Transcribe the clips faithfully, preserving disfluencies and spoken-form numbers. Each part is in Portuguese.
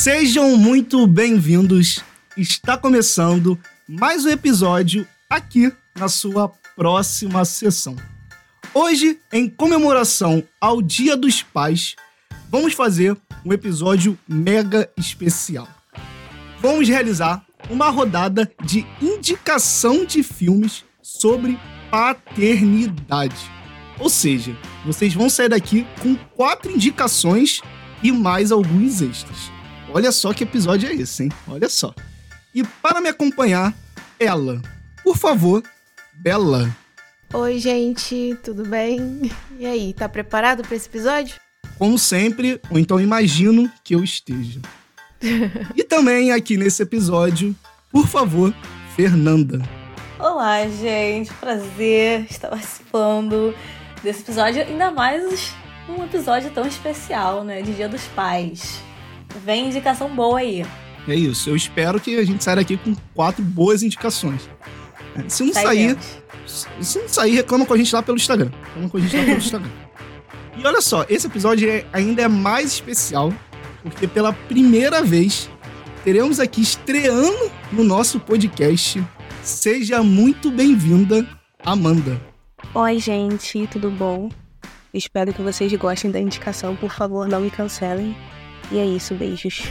Sejam muito bem-vindos. Está começando mais um episódio aqui na sua próxima sessão. Hoje, em comemoração ao Dia dos Pais, vamos fazer um episódio mega especial. Vamos realizar uma rodada de indicação de filmes sobre paternidade. Ou seja, vocês vão sair daqui com quatro indicações e mais alguns extras. Olha só que episódio é esse, hein? Olha só. E para me acompanhar, ela. Por favor, Bela. Oi, gente, tudo bem? E aí, tá preparado para esse episódio? Como sempre, ou então imagino que eu esteja. E também aqui nesse episódio, por favor, Fernanda. Olá, gente, prazer estar participando desse episódio, ainda mais um episódio tão especial, né, de Dia dos Pais. Vem indicação boa aí. É isso, eu espero que a gente saia daqui com quatro boas indicações. Se não sair, se não sair, reclama com a gente lá pelo Instagram. Reclama com a gente lá pelo Instagram. E olha só, esse episódio é, ainda é mais especial, porque pela primeira vez teremos aqui estreando no nosso podcast. Seja muito bem-vinda, Amanda. Oi, gente, tudo bom? Espero que vocês gostem da indicação. Por favor, não me cancelem. E é isso, beijos.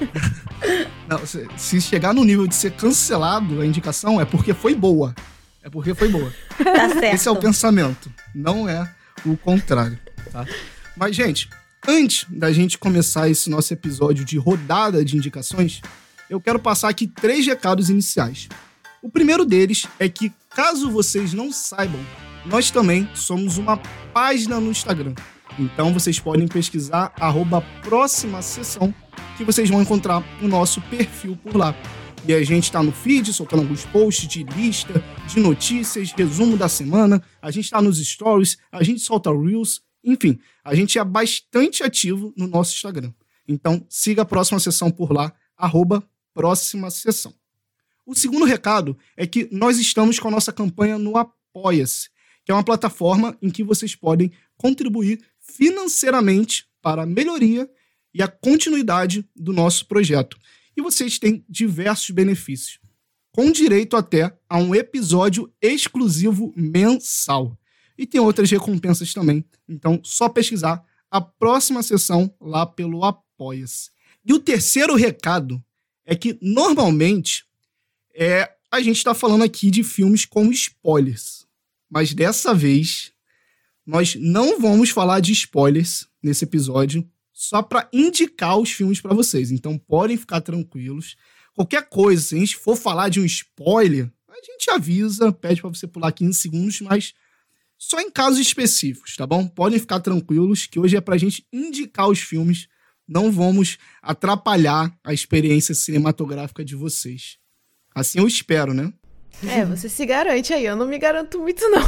Não, se, se chegar no nível de ser cancelado a indicação, é porque foi boa. É porque foi boa. Tá certo. Esse é o pensamento, não é o contrário, tá? Mas, gente, antes da gente começar esse nosso episódio de rodada de indicações, eu quero passar aqui três recados iniciais. O primeiro deles é que, caso vocês não saibam, nós também somos uma página no Instagram. Então vocês podem pesquisar arroba próxima sessão, que vocês vão encontrar o nosso perfil por lá. E a gente tá no feed, soltando alguns posts de lista, de notícias, resumo da semana. A gente tá nos stories, a gente solta reels. Enfim, a gente é bastante ativo no nosso Instagram. Então siga a próxima sessão por lá, arroba próxima sessão. O segundo recado é que nós estamos com a nossa campanha no Apoia-se, que é uma plataforma em que vocês podem contribuir financeiramente para a melhoria e a continuidade do nosso projeto. E vocês têm diversos benefícios, com direito até a um episódio exclusivo mensal. E tem outras recompensas também. Então, só pesquisar a próxima sessão lá pelo Apoia-se. E o terceiro recado é que, normalmente, é, a gente está falando aqui de filmes com spoilers. Mas dessa vez, nós não vamos falar de spoilers nesse episódio, só para indicar os filmes para vocês. Então podem ficar tranquilos. Qualquer coisa, se a gente for falar de um spoiler, a gente avisa, pede para você pular quinze segundos, mas só em casos específicos, tá bom? Podem ficar tranquilos que hoje é pra gente indicar os filmes. Não vamos atrapalhar a experiência cinematográfica de vocês. Assim eu espero, né? É, você se garante aí, eu não me garanto muito, não.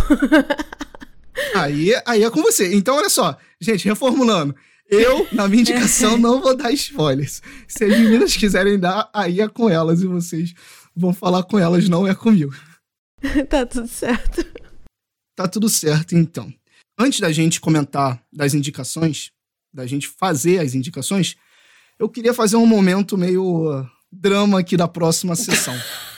Aí, aí é com você. Então, olha só, gente, reformulando. Eu, na minha indicação, não vou dar spoilers. Se as meninas quiserem dar, aí é com elas e vocês vão falar com elas, não é comigo. Tá tudo certo. Tá tudo certo, então. Antes da gente comentar das indicações, da gente fazer as indicações, eu queria fazer um momento meio uh, drama aqui da próxima sessão.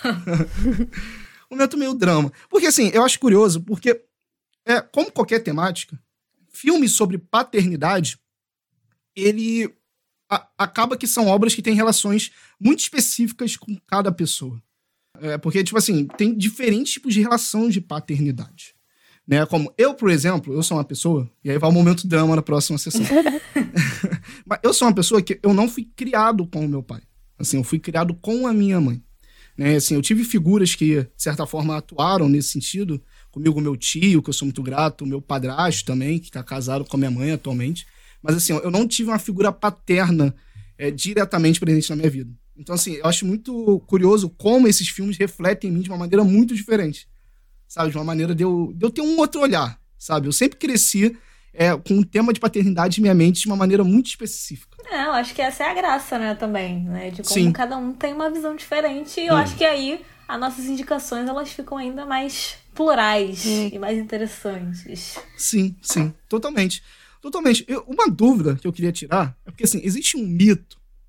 Um momento meio drama. Porque, assim, eu acho curioso, porque, é, como qualquer temática, filmes sobre paternidade, ele a, acaba que são obras que têm relações muito específicas com cada pessoa. É, porque, tipo assim, tem diferentes tipos de relação de paternidade. Né? Como eu, por exemplo, eu sou uma pessoa, e aí vai o momento drama na próxima sessão. Mas eu sou uma pessoa que eu não fui criado com o meu pai. Assim, eu fui criado com a minha mãe. Né? Assim, eu tive figuras que, de certa forma, atuaram nesse sentido. Comigo, meu tio, que eu sou muito grato, o meu padrasto também, que está casado com a minha mãe atualmente. Mas, assim, eu não tive uma figura paterna é, diretamente presente na minha vida. Então, assim, eu acho muito curioso como esses filmes refletem em mim de uma maneira muito diferente. Sabe? De uma maneira de eu, de eu ter um outro olhar, sabe? Eu sempre cresci é, com um tema de paternidade em minha mente de uma maneira muito específica. É, eu acho que essa é a graça, né, também, né? De como Sim. cada um tem uma visão diferente. E eu Hum. acho que aí as nossas indicações, elas ficam ainda mais plurais Hum. e mais interessantes. Sim, sim. Totalmente. Totalmente. Eu, uma dúvida que eu queria tirar é porque, assim, existe um mito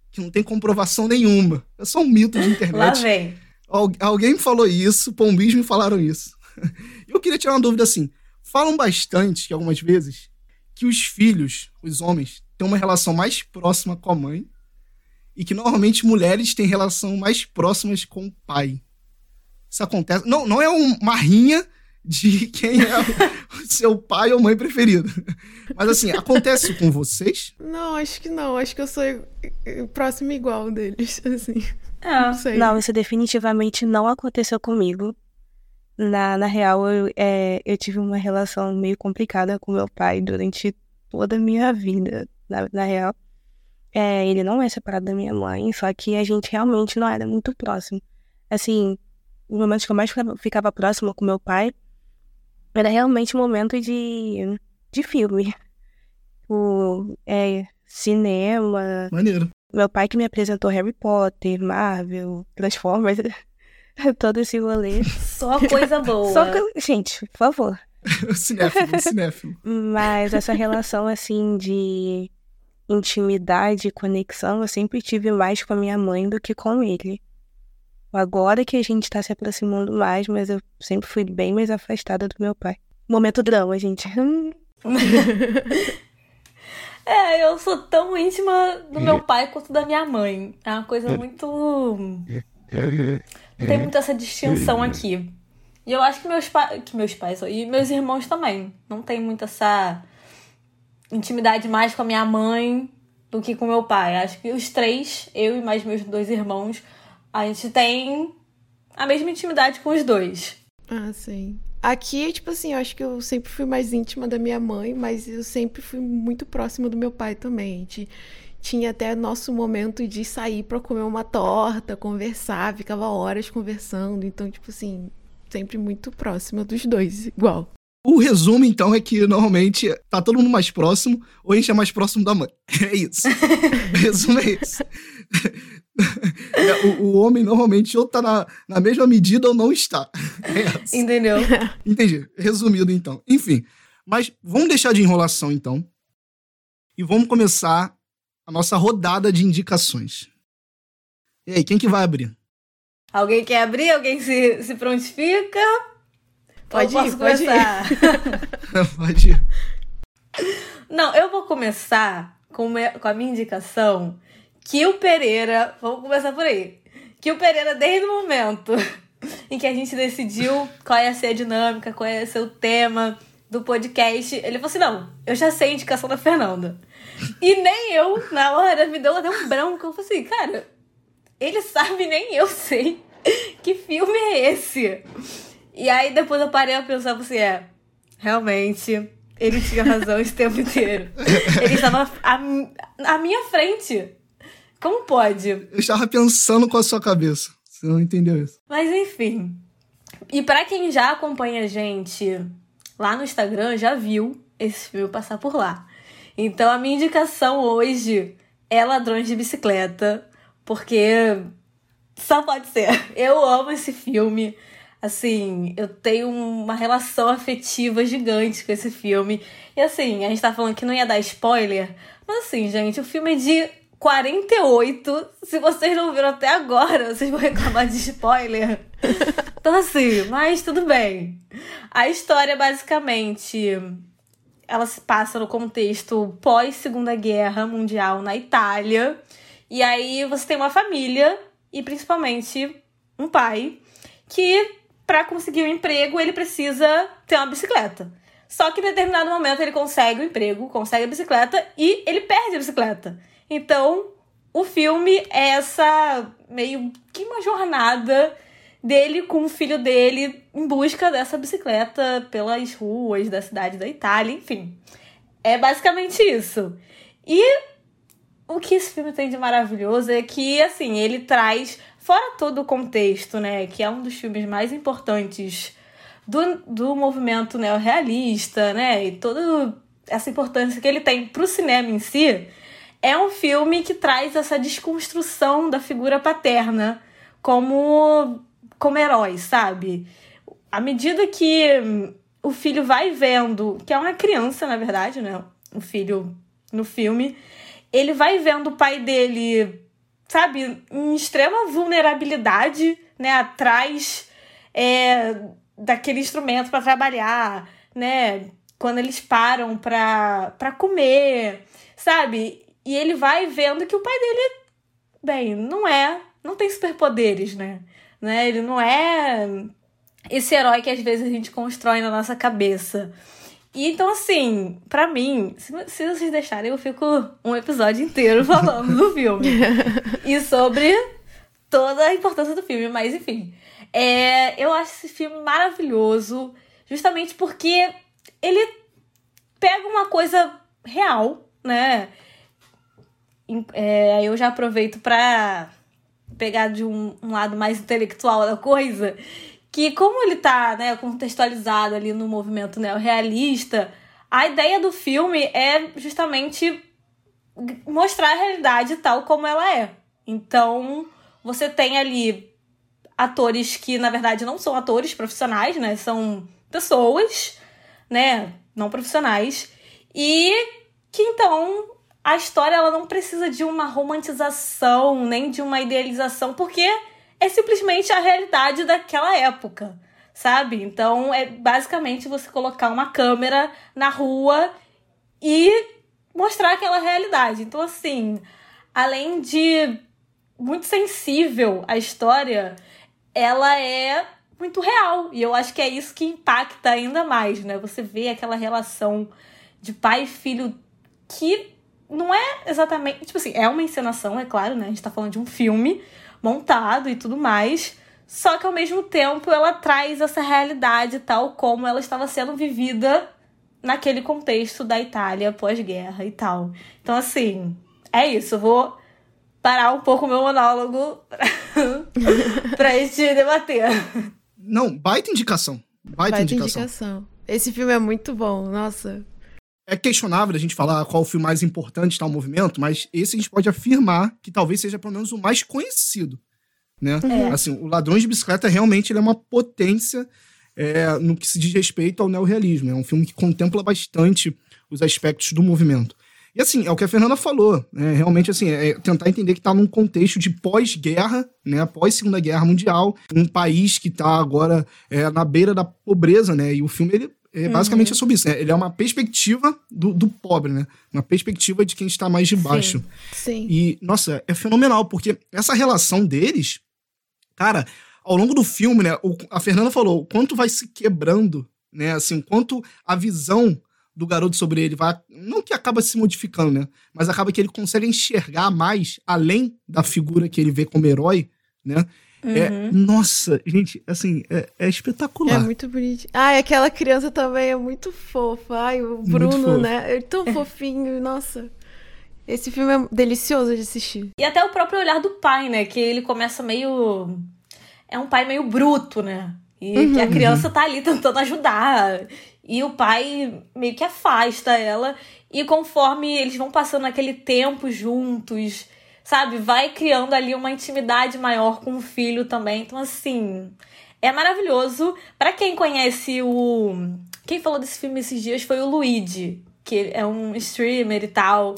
que não tem comprovação nenhuma. É só um mito de internet. Lá vem. Algu- alguém me falou isso, pombis me falaram isso. Eu queria tirar uma dúvida assim. Falam bastante, que algumas vezes, que os filhos, os homens, têm uma relação mais próxima com a mãe e que normalmente mulheres têm relação mais próximas com o pai. Isso acontece. Não, não é um- uma rinha de quem é o seu pai ou mãe preferido. Mas assim, acontece com vocês? Não, acho que não. Acho que eu sou i- i- próxima igual deles, assim. É. Não sei. Não, isso definitivamente não aconteceu comigo. Na, na real, eu, é, eu tive uma relação meio complicada com meu pai durante toda a minha vida, na, na real. É, ele não é separado da minha mãe, só que a gente realmente não era muito próximo. Assim, os momentos que eu mais ficava, ficava próxima com meu pai era realmente um momento de, de filme. O, é, cinema. Maneiro. Meu pai que me apresentou Harry Potter, Marvel, Transformers, todo esse rolê. Só coisa boa. Só que, gente, por favor. cinéfilo, cinéfilo. Mas essa relação, assim, de intimidade e conexão, eu sempre tive mais com a minha mãe do que com ele. Agora que a gente tá se aproximando mais, mas eu sempre fui bem mais afastada do meu pai. Momento drama, gente. Hum. É, eu sou tão íntima do meu pai quanto da minha mãe. É uma coisa muito... Não tem muito essa distinção aqui. E eu acho que meus, pa... que meus pais e meus irmãos também. Não tem muito essa intimidade mais com a minha mãe do que com meu pai. Acho que os três, eu e mais meus dois irmãos, a gente tem a mesma intimidade com os dois. Ah, sim. Aqui, tipo assim, eu acho que eu sempre fui mais íntima da minha mãe, mas eu sempre fui muito próxima do meu pai também. A gente tinha até nosso momento de sair pra comer uma torta, conversar, ficava horas conversando. Então, tipo assim, sempre muito próxima dos dois, igual. O resumo, então, é que normalmente tá todo mundo mais próximo ou a gente é mais próximo da mãe. É isso. O resumo é isso. O, o homem normalmente ou tá na, na mesma medida ou não está. É essa. Entendeu? Entendi. Resumido, então. Enfim. Mas vamos deixar de enrolação, então. E vamos começar a nossa rodada de indicações. E aí, quem que vai abrir? Alguém quer abrir? Alguém se, se prontifica? Pode Ou ir, posso pode ir. começar? Pode ir. Não, eu vou começar com, me- com a minha indicação que o Pereira... Vamos começar por aí. Que o Pereira, desde o momento em que a gente decidiu qual ia ser a dinâmica, qual ia ser o tema do podcast, ele falou assim, não, eu já sei a indicação da Fernanda. E nem eu, na hora, me deu até um branco. Eu falei assim, cara, ele sabe, nem eu sei que filme é esse. E aí depois eu parei a pensar assim, é, realmente, ele tinha razão esse tempo inteiro. Ele estava à, à minha frente. Como pode? Eu estava pensando com a sua cabeça. Você não entendeu isso. Mas enfim. E pra quem já acompanha a gente lá no Instagram, já viu esse filme passar por lá. Então a minha indicação hoje é Ladrões de Bicicleta, porque só pode ser. Eu amo esse filme. Assim, eu tenho uma relação afetiva gigante com esse filme. E assim, a gente tá falando que não ia dar spoiler, mas assim, gente, o filme é de quarenta e oito. Se vocês não viram até agora, vocês vão reclamar de spoiler. Então assim, mas tudo bem. A história, basicamente, ela se passa no contexto pós-Segunda Guerra Mundial na Itália. E aí você tem uma família e principalmente um pai que, para conseguir um emprego, ele precisa ter uma bicicleta. Só que em determinado momento ele consegue o emprego, consegue a bicicleta e ele perde a bicicleta. Então, o filme é essa meio que uma jornada dele com o filho dele em busca dessa bicicleta pelas ruas da cidade da Itália, enfim. É basicamente isso. E o que esse filme tem de maravilhoso é que, assim, ele traz, fora todo o contexto, né, que é um dos filmes mais importantes do, do movimento neorrealista, né, e toda essa importância que ele tem pro cinema em si, é um filme que traz essa desconstrução da figura paterna como, como herói, sabe? À medida que o filho vai vendo, que é uma criança, na verdade, né, o filho no filme, ele vai vendo o pai dele sabe, em extrema vulnerabilidade, né, atrás é, daquele instrumento para trabalhar, né, quando eles param pra, pra comer, sabe? E ele vai vendo que o pai dele, bem, não é, não tem superpoderes, né? né? Ele não é esse herói que às vezes a gente constrói na nossa cabeça. E então, assim, pra mim, se, se vocês deixarem, eu fico um episódio inteiro falando do filme. E sobre toda a importância do filme, mas enfim. É, eu acho esse filme maravilhoso, justamente porque ele pega uma coisa real, né? É, eu já aproveito pra pegar de um, um lado mais intelectual da coisa, que como ele tá, né, contextualizado ali no movimento neorrealista, a ideia do filme é justamente mostrar a realidade tal como ela é. Então, você tem ali atores que, na verdade, não são atores profissionais, né? São pessoas, né, não profissionais, e que, então, a história ela não precisa de uma romantização, nem de uma idealização, porque é simplesmente a realidade daquela época, sabe? Então, é basicamente você colocar uma câmera na rua e mostrar aquela realidade. Então, assim, além de muito sensível a história, ela é muito real. E eu acho que é isso que impacta ainda mais, né? Você vê aquela relação de pai e filho que não é exatamente... Tipo assim, é uma encenação, é claro, né? A gente tá falando de um filme montado e tudo mais, só que ao mesmo tempo ela traz essa realidade tal como ela estava sendo vivida naquele contexto da Itália pós-guerra e tal. Então, assim, é isso. Eu vou parar um pouco o meu monólogo pra gente debater. Não, baita indicação. Baita, Baita indicação. indicação. Esse filme é muito bom, nossa. É questionável a gente falar qual o filme mais importante está no movimento, mas esse a gente pode afirmar que talvez seja pelo menos o mais conhecido, né? É. Assim, o Ladrões de Bicicleta realmente ele é uma potência é, no que se diz respeito ao neorrealismo. É um filme que contempla bastante os aspectos do movimento. E assim, é o que a Fernanda falou, né? Realmente assim, é tentar entender que está num contexto de pós-guerra, né? Pós-Segunda Guerra Mundial, um país que está agora é, na beira da pobreza, né? E o filme, ele É, basicamente uhum. é sobre isso, né? Ele é uma perspectiva do, do pobre, né? Uma perspectiva de quem está mais de baixo. Sim, sim. E, nossa, é fenomenal, porque essa relação deles, cara, ao longo do filme, né? O, a Fernanda falou, o quanto vai se quebrando, né? Assim, quanto a visão do garoto sobre ele vai... Não que acaba se modificando, né? Mas acaba que ele consegue enxergar mais, além da figura que ele vê como herói, né? Uhum. É, nossa, gente, assim, é, é espetacular. É muito bonito. Ai, aquela criança também é muito fofa. Ai, o Bruno, né? Ele é tão fofinho, nossa. Esse filme é delicioso de assistir. E até o próprio olhar do pai, né? Que ele começa meio... É um pai meio bruto, né? E uhum. que a criança tá ali tentando ajudar. E o pai meio que afasta ela. E conforme eles vão passando aquele tempo juntos... Sabe, vai criando ali uma intimidade maior com o filho também. Então, assim, é maravilhoso. Pra quem conhece o... Quem falou desse filme esses dias foi o Luigi, que é um streamer e tal.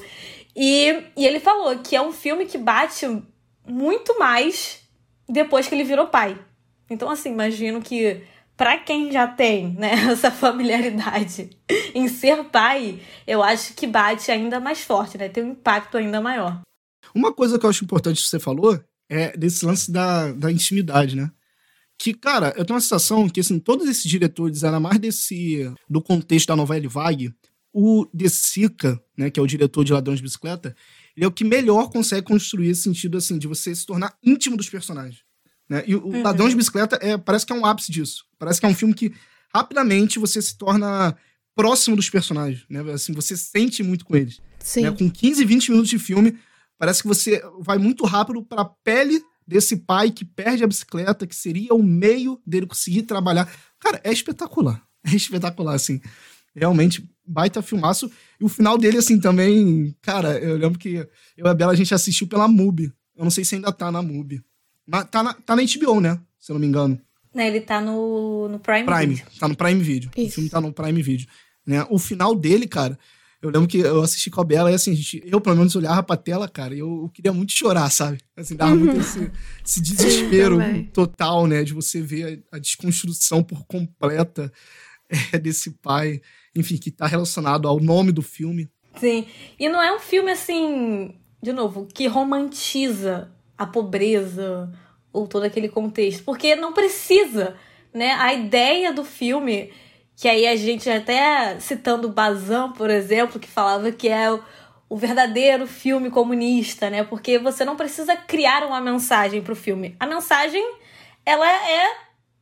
E, e ele falou que é um filme que bate muito mais depois que ele virou pai. Então, assim, imagino que pra quem já tem, né, essa familiaridade em ser pai, eu acho que bate ainda mais forte, né? Tem um impacto ainda maior. Uma coisa que eu acho importante que você falou é desse lance da, da intimidade, né? Que, cara, eu tenho uma sensação que, assim, todos esses diretores, ainda mais desse, do contexto da novela Vague, o De Sica, né, que é o diretor de Ladrões de Bicicleta, ele é o que melhor consegue construir esse sentido, assim, de você se tornar íntimo dos personagens, né? E o uhum. Ladrões de Bicicleta é, parece que é um ápice disso. Parece que é um filme que, rapidamente, você se torna próximo dos personagens, né? Assim, você sente muito com eles. Sim. Né? Com quinze, vinte minutos de filme, parece que você vai muito rápido para a pele desse pai que perde a bicicleta, que seria o meio dele conseguir trabalhar. Cara, é espetacular. É espetacular, assim. Realmente, baita filmaço. E o final dele, assim, também... Cara, eu lembro que eu e a Bela, a gente assistiu pela Mubi. Eu não sei se ainda tá na Mubi. Mas tá na, tá na H B O, né? Se eu não me engano. Né, ele tá no, no Prime, Prime Video. Tá no Prime Video. Isso. O filme tá no Prime Video. Né? O final dele, cara... Eu lembro que eu assisti com a Bela e assim, a gente, eu pelo menos olhava pra tela, cara, e eu, eu queria muito chorar, sabe? Assim, dava muito esse, esse desespero total, né? De você ver a, a desconstrução por completa é, desse pai, enfim, que tá relacionado ao nome do filme. Sim, e não é um filme assim, de novo, que romantiza a pobreza ou todo aquele contexto, porque não precisa, né? A ideia do filme... Que aí a gente até citando Bazin, por exemplo, que falava que é o, o verdadeiro filme comunista, né? Porque você não precisa criar uma mensagem pro filme. A mensagem, ela é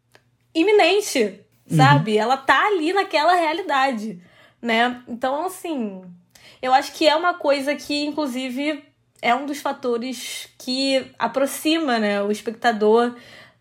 iminente, sabe? Uhum. Ela tá ali naquela realidade, né? Então, assim, eu acho que é uma coisa que, inclusive, é um dos fatores que aproxima, né, o espectador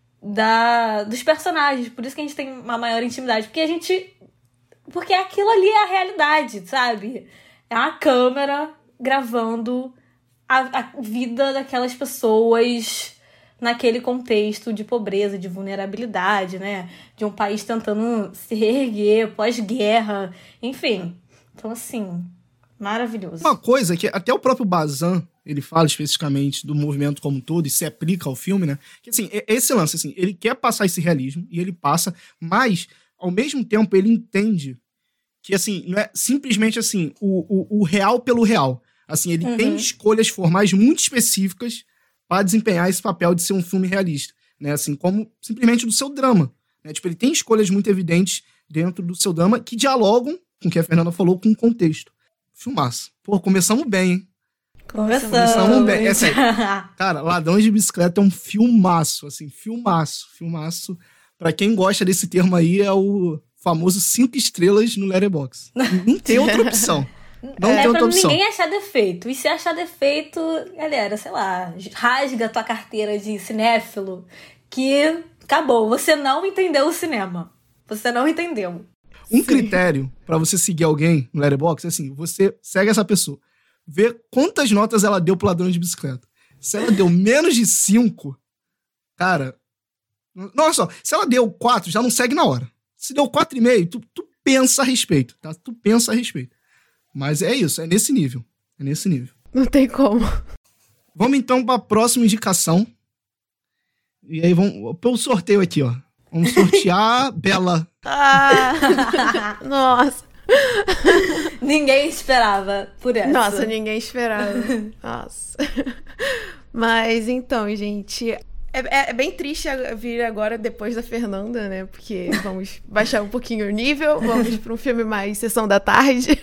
Da, dos personagens, por isso que a gente tem uma maior intimidade, porque a gente, porque aquilo ali é a realidade, sabe? É uma câmera gravando a, a vida daquelas pessoas naquele contexto de pobreza, de vulnerabilidade, né? De um país tentando se reerguer pós-guerra, enfim. Então, assim, maravilhoso. Uma coisa que até o próprio Bazin, ele fala especificamente do movimento como um todo e se aplica ao filme, né? Que, assim, esse lance, assim, ele quer passar esse realismo e ele passa, mas, ao mesmo tempo, ele entende que, assim, não é simplesmente, assim, o, o, o real pelo real. Assim, ele uhum. tem escolhas formais muito específicas para desempenhar esse papel de ser um filme realista, né? Assim, como simplesmente do seu drama, né? Tipo, ele tem escolhas muito evidentes dentro do seu drama que dialogam com o que a Fernanda falou com o contexto. Filmaço. Pô, começamos bem, hein? Começamos. Começamos bem. É sério. Cara, Ladrões de Bicicleta é um filmaço, assim, filmaço, filmaço. Pra quem gosta desse termo aí, é o famoso cinco estrelas no Letterboxd. Não tem outra opção. Não é tem outra pra opção. Ninguém achar defeito. E se achar defeito, galera, sei lá, rasga a tua carteira de cinéfilo, que acabou. Você não entendeu o cinema. Você não entendeu. Um Sim. critério pra você seguir alguém no Letterboxd é assim, você segue essa pessoa, vê quantas notas ela deu pro Ladrão de Bicicleta. Se ela deu menos de cinco, cara... Olha só, se ela deu quatro, já não segue na hora. Se deu quatro e meio, tu, tu pensa a respeito, tá? Tu pensa a respeito. Mas é isso, é nesse nível. É nesse nível. Não tem como. Vamos então pra próxima indicação. E aí vamos... Pelo sorteio aqui, ó. Vamos sortear Bela. Ah, nossa. Ninguém esperava por essa. Nossa, ninguém esperava. Nossa. Mas então, gente, é, é bem triste vir agora depois da Fernanda, né? Porque vamos baixar um pouquinho o nível, vamos para um filme mais sessão da tarde.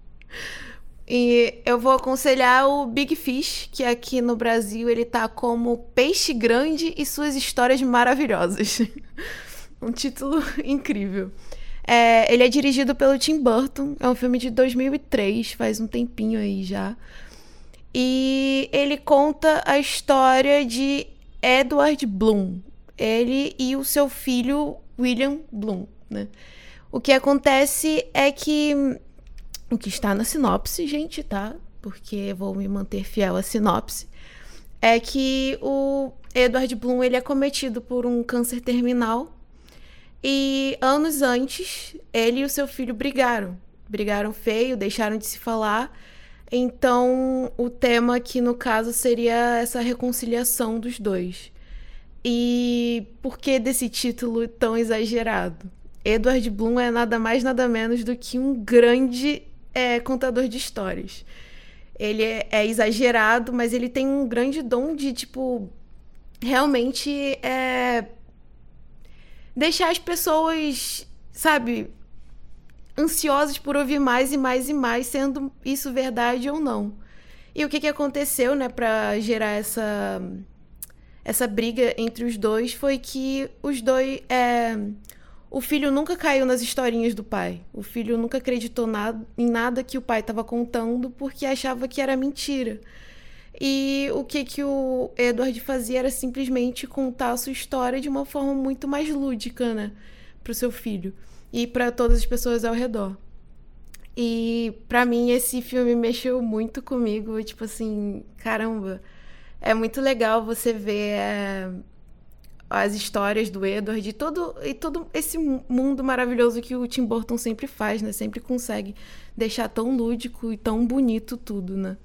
E eu vou aconselhar o Big Fish, que aqui no Brasil ele tá como Peixe Grande e Suas Histórias Maravilhosas. Um título incrível. É, ele é dirigido pelo Tim Burton, é um filme de dois mil e três, faz um tempinho aí já. E ele conta a história de Edward Bloom, ele e o seu filho William Bloom, né? O que acontece é que... O que está na sinopse, gente, tá? Porque vou me manter fiel à sinopse. É que o Edward Bloom, ele é cometido por um câncer terminal. E anos antes, ele e o seu filho brigaram. Brigaram feio, deixaram de se falar. Então, o tema aqui, no caso, seria essa reconciliação dos dois. E por que desse título tão exagerado? Edward Bloom é nada mais, nada menos do que um grande... é contador de histórias. Ele é, é exagerado, mas ele tem um grande dom de, tipo, realmente é, deixar as pessoas, sabe, ansiosas por ouvir mais e mais e mais, sendo isso verdade ou não. E o que, que aconteceu, né, pra gerar essa, essa briga entre os dois foi que os dois... É, o filho nunca caiu nas historinhas do pai. O filho nunca acreditou nada, em nada que o pai estava contando porque achava que era mentira. E o que, que o Edward fazia era simplesmente contar a sua história de uma forma muito mais lúdica, né? Para o seu filho e para todas as pessoas ao redor. E para mim esse filme mexeu muito comigo. Tipo assim, caramba, é muito legal você ver... É... as histórias do Edward e todo, e todo esse mundo maravilhoso que o Tim Burton sempre faz, né? Sempre consegue deixar tão lúdico e tão bonito tudo, né?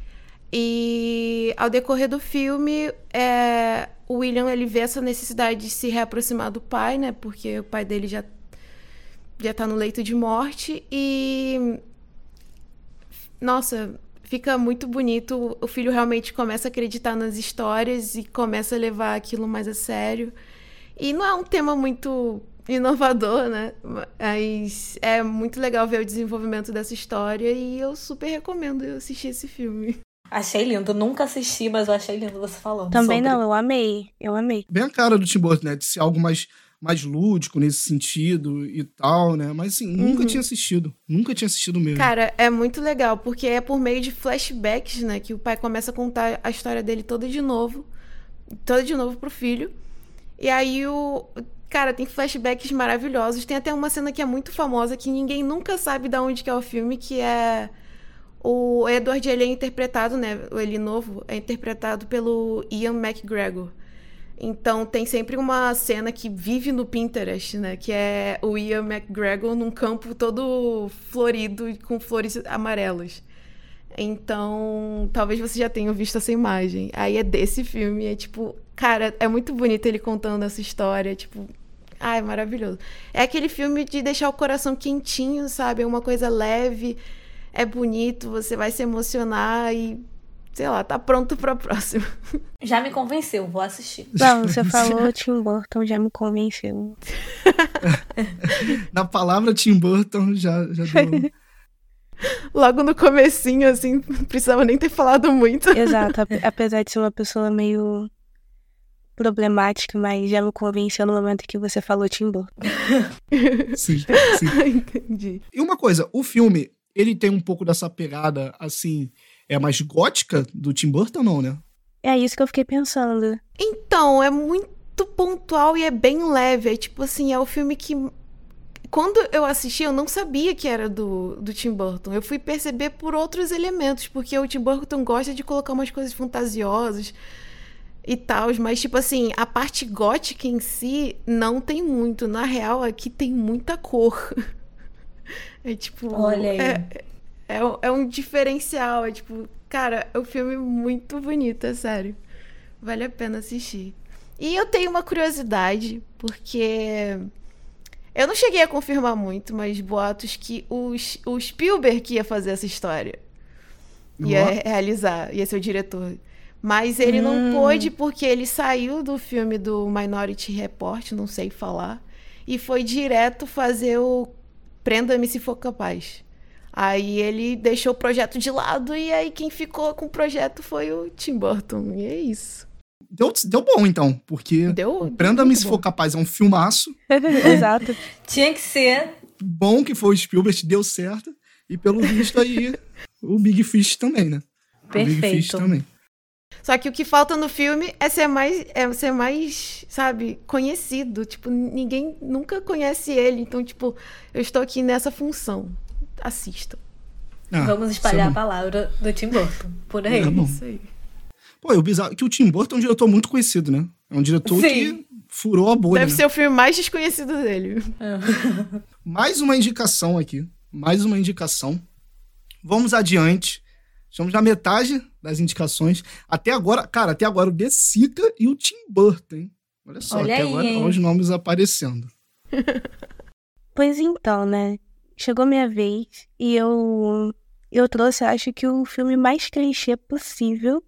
E ao decorrer do filme, é, o William ele vê essa necessidade de se reaproximar do pai, né? Porque o pai dele já, já tá no leito de morte e... Nossa... Fica muito bonito, o filho realmente começa a acreditar nas histórias e começa a levar aquilo mais a sério. E não é um tema muito inovador, né? Mas é muito legal ver o desenvolvimento dessa história e eu super recomendo assistir esse filme. Achei lindo, nunca assisti, mas eu achei lindo você falando Também sobre. não, eu amei, eu amei. Bem a cara do Tim Burton, né? De ser algo mais, mais lúdico nesse sentido e tal, né? Mas assim, nunca Uhum. tinha assistido. Nunca tinha assistido mesmo. Cara, é muito legal, porque é por meio de flashbacks, né? Que o pai começa a contar a história dele toda de novo. Toda de novo pro filho. E aí o... Cara, tem flashbacks maravilhosos. Tem até uma cena que é muito famosa, que ninguém nunca sabe de onde que é o filme, que é... O Edward, ele é interpretado, né? Ele novo é interpretado pelo Ian McGregor. Então, tem sempre uma cena que vive no Pinterest, né? Que é o Ian McGregor num campo todo florido com flores amarelas. Então, talvez você já tenha visto essa imagem. Aí é desse filme, é tipo... Cara, é muito bonito ele contando essa história, tipo... Ai, maravilhoso. É aquele filme de deixar o coração quentinho, sabe? É uma coisa leve, é bonito, você vai se emocionar e... Sei lá, tá pronto pra próxima. Já me convenceu, vou assistir. Não, você falou Tim Burton, já me convenceu. Na palavra Tim Burton já, já deu... Logo no comecinho, assim, não precisava nem ter falado muito. Exato, ap- apesar de ser uma pessoa meio problemática, mas já me convenceu no momento que você falou Tim Burton. Sim, sim. Entendi. E uma coisa, o filme, ele tem um pouco dessa pegada, assim, é mais gótica do Tim Burton, não, né? É isso que eu fiquei pensando. Então, é muito pontual e é bem leve. É tipo assim, é o filme que... Quando eu assisti, eu não sabia que era do, do Tim Burton. Eu fui perceber por outros elementos, porque o Tim Burton gosta de colocar umas coisas fantasiosas e tal, mas tipo assim, a parte gótica em si não tem muito. Na real, aqui tem muita cor. É tipo... Olha aí. É, é, é um diferencial. É tipo, cara, é um filme muito bonito, é sério. Vale a pena assistir. E eu tenho uma curiosidade, porque... Eu não cheguei a confirmar muito, mas boatos que o, o Spielberg ia fazer essa história. Ia Uau. realizar, ia ser o diretor. Mas ele Hum. não pôde porque ele saiu do filme do Minority Report, não sei falar, e foi direto fazer o Prenda-me se for capaz. Aí ele deixou o projeto de lado e aí quem ficou com o projeto foi o Tim Burton. E é isso. Deu, deu bom, então, porque Deu, Prenda-me deu se muito for bom. capaz é um filmaço. Exato. Tinha que ser. Bom que foi o Spielberg, deu certo. E pelo visto aí, o Big Fish também, né? O Big Fish Perfeito. também. Só que o que falta no filme é ser mais, é ser mais, sabe, conhecido. Tipo, ninguém nunca conhece ele. Então, tipo, eu estou aqui nessa função. Assistam. Ah, Vamos isso espalhar é a bom. palavra do Tim Burton por aí. É bom. Isso aí. Pô, é o bizarro que o Tim Burton é um diretor muito conhecido, né? É um diretor Sim. que furou a bolha, Deve né? ser o filme mais desconhecido dele. Mais uma indicação aqui. Mais uma indicação. Vamos adiante. Estamos na metade das indicações. Até agora, cara, até agora o De Sica e o Tim Burton, hein? Olha só, Olha até aí, agora hein? olha os nomes aparecendo. Pois então, né? Chegou minha vez e eu, eu trouxe, acho que o filme mais clichê possível,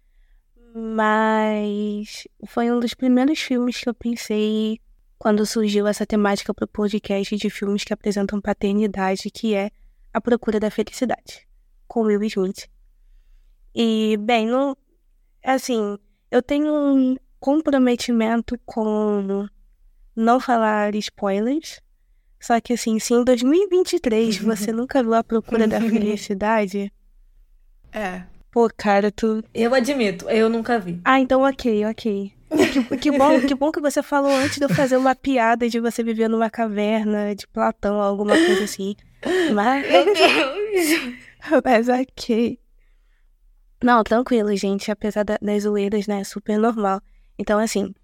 mas foi um dos primeiros filmes que eu pensei quando surgiu essa temática pro podcast de filmes que apresentam paternidade, que é A Procura da Felicidade, com Will Smith. E, bem, não, assim, eu tenho um comprometimento com não falar spoilers. Só que assim, se em dois mil e vinte e três você nunca viu A Procura da Felicidade, É. pô, cara, tu... Eu admito, eu nunca vi. Ah, então ok, ok. Que, que bom, que bom que você falou antes de eu fazer uma piada de você viver numa caverna de Platão, alguma coisa assim. Mas... Mas ok. Não, tranquilo, gente. Apesar da- das zoeiras, né? Super normal. Então, assim,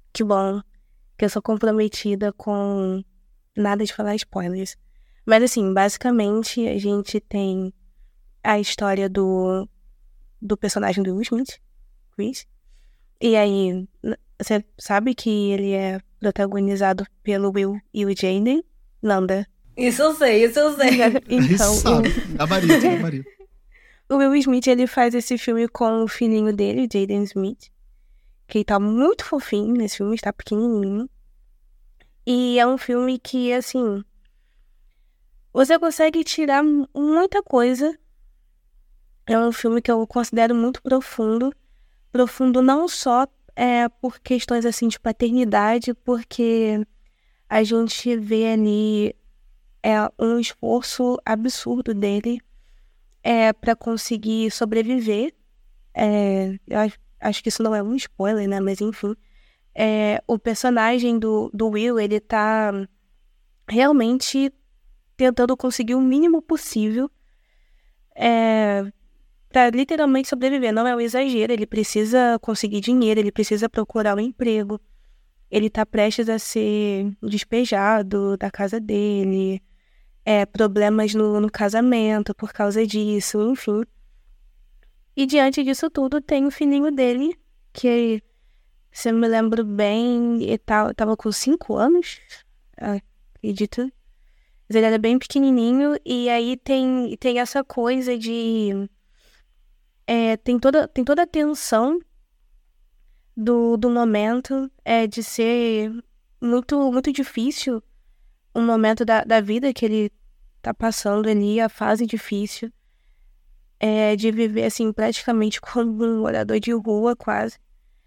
Que bom que eu sou comprometida com nada de falar spoilers. Mas assim, basicamente a gente tem a história do, do personagem do Will Smith, Chris. E aí, você sabe que ele é protagonizado pelo Will e o Jaden, Nanda? Isso eu sei, isso eu sei. Então, sabe, gabarito, gabarito. O Will Smith, ele faz esse filme com o filhinho dele, o Jaden Smith, que tá muito fofinho nesse filme, está pequenininho. E é um filme que, assim, você consegue tirar muita coisa. É um filme que eu considero muito profundo. Profundo não só é, por questões, assim, de paternidade, porque a gente vê ali é, um esforço absurdo dele é, para conseguir sobreviver. É, eu acho, acho que isso não é um spoiler, né? Mas, enfim. É, o personagem do, do Will, ele tá realmente tentando conseguir o mínimo possível é, para literalmente sobreviver. Não é um exagero, ele precisa conseguir dinheiro, ele precisa procurar um emprego. Ele tá prestes a ser despejado da casa dele, é, problemas no, no casamento por causa disso, enfim. E diante disso tudo, tem o filhinho dele, que, se eu me lembro bem, ele tá, tava com cinco anos, acredito. Mas ele era bem pequenininho, e aí tem, tem essa coisa de... É, tem, toda, tem toda a tensão do, do momento, é, de ser muito, muito difícil um momento da, da vida que ele tá passando ali, a fase difícil, é, de viver, assim, praticamente como um morador de rua, quase.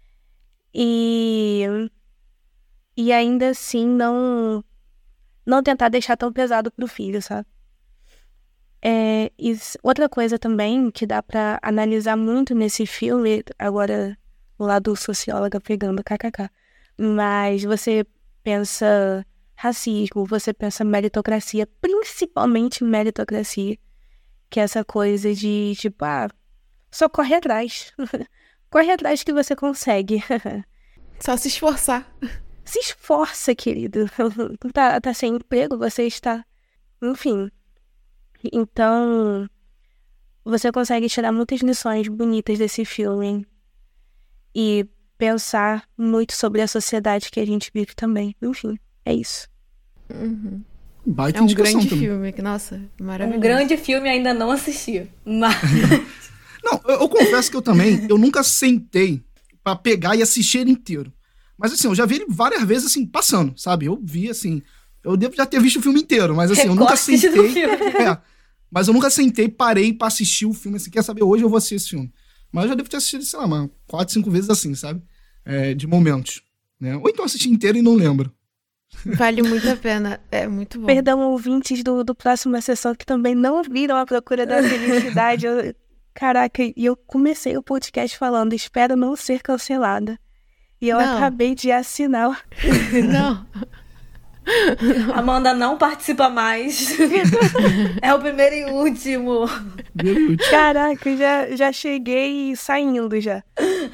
E, e ainda assim não, não tentar deixar tão pesado pro filho, sabe? É, e outra coisa também que dá pra analisar muito nesse filme, agora o lado socióloga pegando kkk, mas você pensa racismo, você pensa meritocracia, principalmente meritocracia, que é essa coisa de, tipo, ah, só corre atrás. Corre atrás que você consegue. Só se esforçar. Se esforça, querido. Tá, tá sem emprego, você está... Enfim. Então, você consegue tirar muitas lições bonitas desse filme e pensar muito sobre a sociedade que a gente vive também. Enfim, é isso. Uhum. Baita É um indicação grande também. filme, que, nossa, maravilhoso. Um grande filme ainda não assisti. Mas... Não, eu, eu confesso que eu também, eu nunca sentei pra pegar e assistir ele inteiro. Mas assim, eu já vi ele várias vezes, assim, passando, sabe? Eu vi, assim, eu devo já ter visto o filme inteiro, mas assim, eu nunca Recortes do sentei... filme. É, mas eu nunca sentei, parei pra assistir o filme, assim, quer saber, hoje eu vou assistir esse filme. Mas eu já devo ter assistido, sei lá, umas quatro, cinco vezes assim, sabe? É, de momentos, né? Ou então assisti inteiro e não lembro. Vale muito a pena, é muito bom. Perdão, ouvintes do, do próximo sessão que também não viram A Procura da Felicidade. Eu, caraca, e eu comecei o podcast falando, espero não ser cancelada. E eu Não. acabei de assinar. Não. Amanda não participa mais. É o primeiro e último. Caraca, já, já cheguei saindo já.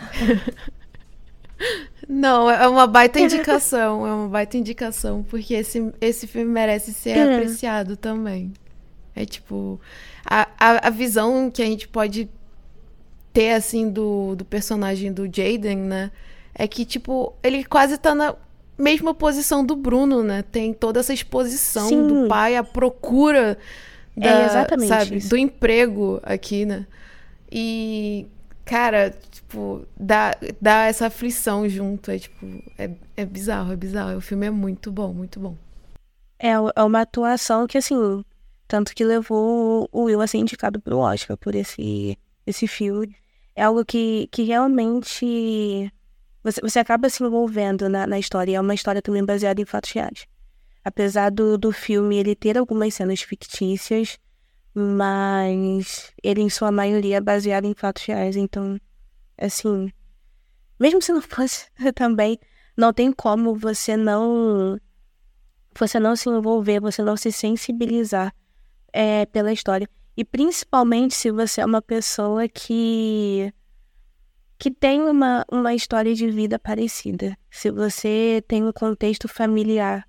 Não, é uma baita indicação, é uma baita indicação, porque esse, esse filme merece ser Uhum. apreciado também. É tipo, a, a, a visão que a gente pode ter, assim, do, do personagem do Jaden, né, é que, tipo, ele quase tá na mesma posição do Bruno, né, tem toda essa exposição Sim. do pai, a procura da, É exatamente sabe, isso. do emprego aqui, né, e... Cara, tipo, dá, dá essa aflição junto. É, tipo, é, é bizarro, é bizarro. O filme é muito bom, muito bom. É, é uma atuação que, assim, tanto que levou o Will a ser indicado pro Oscar por esse, esse filme. É algo que, que realmente você, você acaba se envolvendo na, na história. E é uma história também baseada em fatos reais. Apesar do, do filme ele ter algumas cenas fictícias, mas ele, em sua maioria, é baseado em fatos reais. Então, assim, mesmo se não fosse também, não tem como você não você não se envolver, você não se sensibilizar é, pela história. E principalmente se você é uma pessoa que que tem uma, uma história de vida parecida. Se você tem um contexto familiar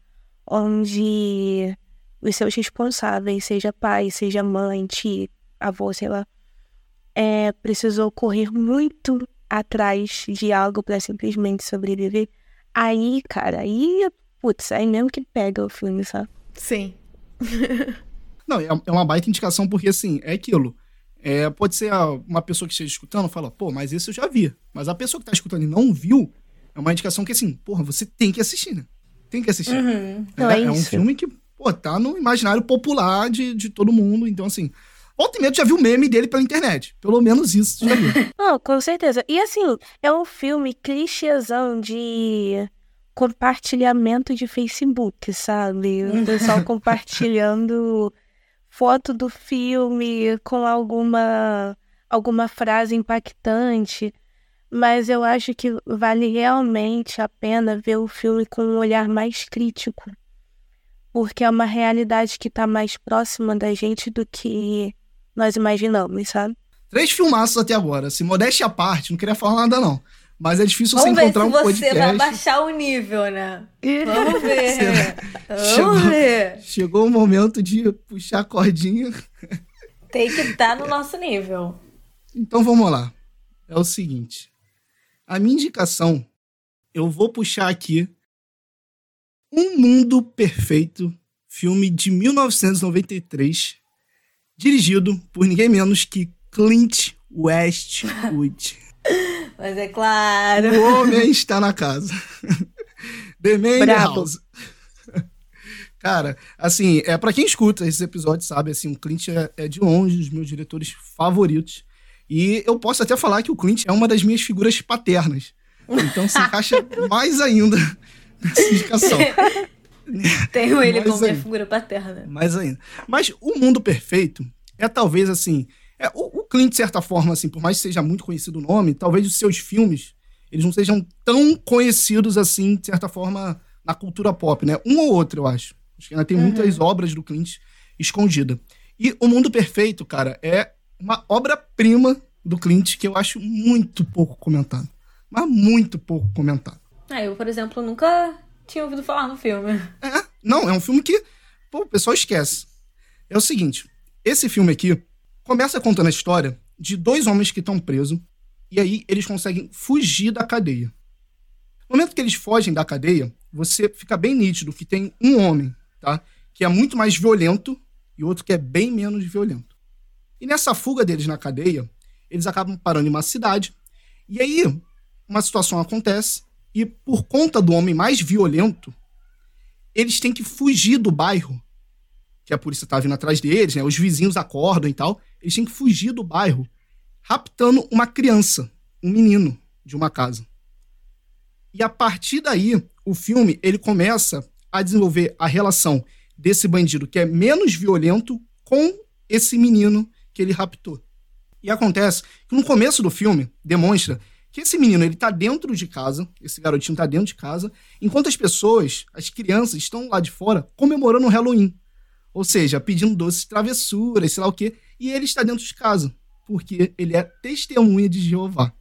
onde os seus responsáveis, seja pai, seja mãe, tia, avô, sei lá, é, precisou correr muito atrás de algo para simplesmente sobreviver, aí, cara, aí, putz, aí mesmo que pega o filme, sabe? Sim. Não, é uma baita indicação porque, assim, é aquilo. É, pode ser uma pessoa que esteja escutando e fala, pô, mas esse eu já vi. Mas a pessoa que tá escutando e não viu, é uma indicação que, assim, porra, você tem que assistir, né? Tem que assistir. Uhum. É, Não, é é um isso. filme que, pô, tá no imaginário popular de, de todo mundo. Então, assim, volta e meia tu já viu o meme dele pela internet. Pelo menos isso tu já viu. Não, com certeza. E assim, é um filme clichêzão de compartilhamento de Facebook, sabe? O pessoal compartilhando foto do filme com alguma, alguma frase impactante. Mas eu acho que vale realmente a pena ver o filme com um olhar mais crítico. Porque é uma realidade que tá mais próxima da gente do que nós imaginamos, sabe? Três filmaços até agora. Se modéstia à parte, não queria falar nada, não. Mas é difícil você Vamos ver encontrar se um você podcast. vai baixar o nível, né? Vamos ver. Chegou, Vamos ver. chegou o momento de puxar a cordinha. Tem que estar no nosso nível. Então vamos lá. É o seguinte. A minha indicação, eu vou puxar aqui Um Mundo Perfeito, filme de mil novecentos e noventa e três, dirigido por ninguém menos que Clint Eastwood. Mas é claro. O homem está na casa. The Man in the Brabo. House. Cara, assim, é, pra quem escuta esses episódios, sabe, assim, o Clint é, é de longe dos meus diretores favoritos. E eu posso até falar que o Clint é uma das minhas figuras paternas. Então se encaixa mais ainda nessa indicação. Tenho ele Mais como minha ainda. figura paterna. Mais ainda. Mas O Mundo Perfeito é talvez, assim... É, o, o Clint, de certa forma, assim, por mais que seja muito conhecido o nome, talvez os seus filmes, eles não sejam tão conhecidos, assim, de certa forma, na cultura pop, né? Um ou outro, eu acho. Acho que ainda tem Uhum. muitas obras do Clint escondida. E O Mundo Perfeito, cara, é uma obra-prima do Clint que eu acho muito pouco comentado. Mas muito pouco comentado. Ah, eu, por exemplo, nunca tinha ouvido falar no filme. É, não, é um filme que, pô, o pessoal esquece. É o seguinte, esse filme aqui começa contando a história de dois homens que estão presos e aí eles conseguem fugir da cadeia. No momento que eles fogem da cadeia, você fica bem nítido que tem um homem, tá, que é muito mais violento e outro que é bem menos violento. E nessa fuga deles na cadeia, eles acabam parando em uma cidade e aí uma situação acontece e por conta do homem mais violento, eles têm que fugir do bairro, que a polícia tá vindo atrás deles, né? Os vizinhos acordam e tal. Eles têm que fugir do bairro, raptando uma criança, um menino de uma casa. E a partir daí, o filme, ele começa a desenvolver a relação desse bandido que é menos violento com esse menino que ele raptou. E acontece que no começo do filme, demonstra que esse menino, ele tá dentro de casa, esse garotinho tá dentro de casa, enquanto as pessoas, as crianças, estão lá de fora comemorando o Halloween. Ou seja, pedindo doces, travessuras, sei lá o quê, e ele está dentro de casa, porque ele é testemunha de Jeová.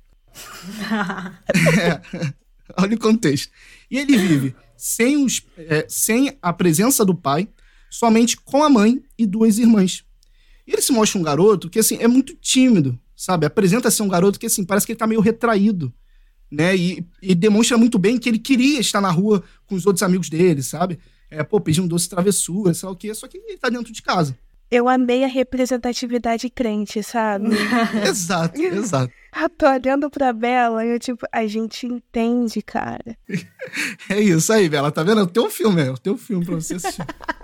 É, olha o contexto. E ele vive sem, os, é, sem a presença do pai, somente com a mãe e duas irmãs. E ele se mostra um garoto que, assim, é muito tímido, sabe? Apresenta ser um garoto que, assim, parece que ele tá meio retraído, né? E, e demonstra muito bem que ele queria estar na rua com os outros amigos dele, sabe? É, pô, pedindo doce travessura, sei lá o quê, só que ele tá dentro de casa. Eu amei a representatividade crente, sabe? Exato, exato. Eu tô olhando pra Bela e eu, tipo, a gente entende, cara. É isso aí, Bela, tá vendo? É o teu filme, é o teu filme pra você assistir.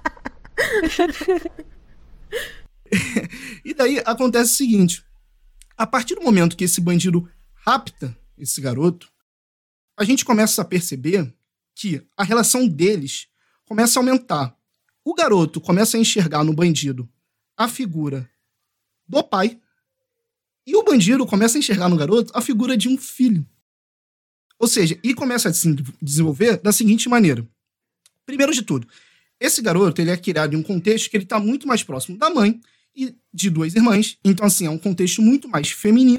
E daí acontece o seguinte, a partir do momento que esse bandido rapta esse garoto, a gente começa a perceber que a relação deles começa a aumentar. O garoto começa a enxergar no bandido a figura do pai e o bandido começa a enxergar no garoto a figura de um filho. Ou seja, e começa a se desenvolver da seguinte maneira. Primeiro de tudo, esse garoto ele é criado em um contexto que ele está muito mais próximo da mãe e de duas irmãs. Então, assim, é um contexto muito mais feminino